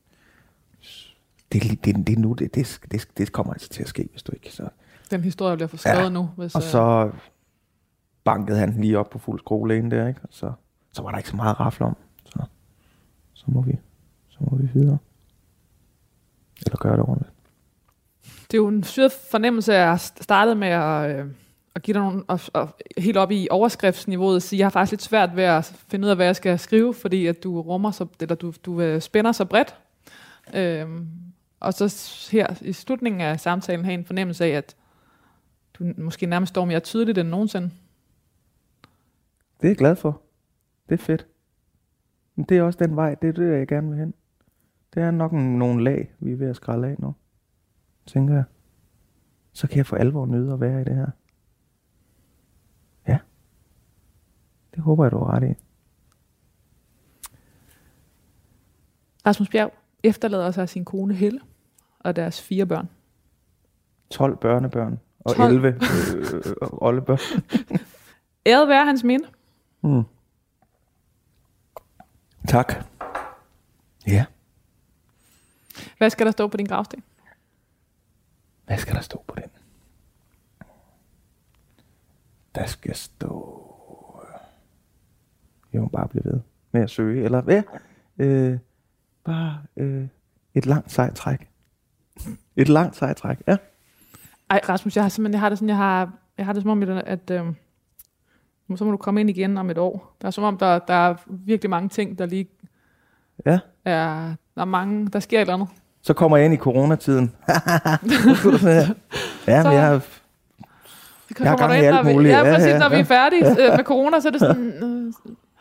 det, det, det, nu, det, det, det, det kommer altså til at ske, hvis du ikke så. Den historie bliver forskrevet Ja. nu. Hvis, Og så bankede han lige op på fuld skrue ind der, ikke? Og så, så var der ikke så meget at rafle om. Så, så må vi, så må vi videre. Eller gøre det ordentligt. Det er jo en syret fornemmelse, at jeg startede med at, øh, at give dig nogle, og, og helt op i overskriftsniveauet, at sige, at jeg har faktisk lidt svært ved at finde ud af, hvad jeg skal skrive, fordi at du rummer så, eller du, du øh, spænder så bredt. Øhm, og så her i slutningen af samtalen have en fornemmelse af, at du måske nærmest står mere tydeligt end nogensinde. Det er jeg glad for. Det er fedt. Men det er også den vej, det er det, jeg gerne vil hen. Det er nok en, nogle lag, vi er ved at skrælle af nu. Tænker jeg. Så kan jeg for alvor nyde at være i det her. Ja. Det håber jeg, du har ret i. Rasmus Bjerg efterlader sig sin kone Helle og deres fire børn. tolv børnebørn og tolv. elleve øh, oldebørn. Æret være hans minde. Mm. Tak. Ja. Hvad skal der stå på din gravsten? Hvad skal der stå på den? Der skal stå... Jeg må bare blive ved med at søge. Eller hvad? Øh, bare øh, et langt sejt træk. Et langt sejt træk, ja. Ej, Rasmus, jeg har simpelthen, jeg har det sådan, jeg har, jeg har det som om, at øh, så må du komme ind igen om et år. Der er som om, der, der er virkelig mange ting, der lige Ja. er, der er mange, der sker et eller andet. Så kommer jeg ind i coronatiden. Ja, men jeg har... Vi kan Jeg har komme gang i ind, alt når vi, muligt. ja, Ja, præcis, ja, når vi ja. er færdige øh, med corona, så er det sådan... Øh,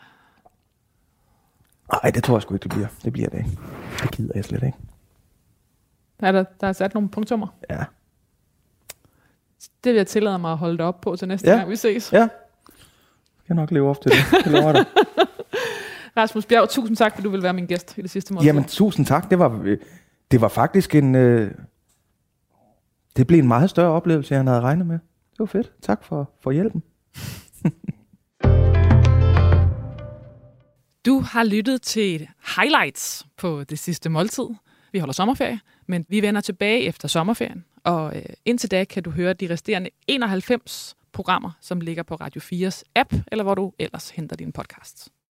Nej, det tror jeg sgu ikke, det bliver. Det bliver det ikke. Det gider jeg slet ikke. er der, der er sat nogle punktummer. Ja. Det vil jeg tillade mig at holde det op på til næste Ja. gang, vi ses. Ja. Jeg skal nok leve op til det. Det lover jeg dig. Rasmus Bjerg, tusind tak, fordi du vil være min gæst i det sidste måned. Jamen, tusind tak. Det var, det var faktisk en... Øh, det blev en meget større oplevelse, end jeg havde regnet med. Det var fedt. Tak for, for hjælpen. Du har lyttet til highlights på Det Sidste Måltid. Vi holder sommerferie, men vi vender tilbage efter sommerferien. Og øh, indtil da kan du høre de resterende enoghalvfems programmer, som ligger på Radio fires app, eller hvor du ellers henter dine podcasts.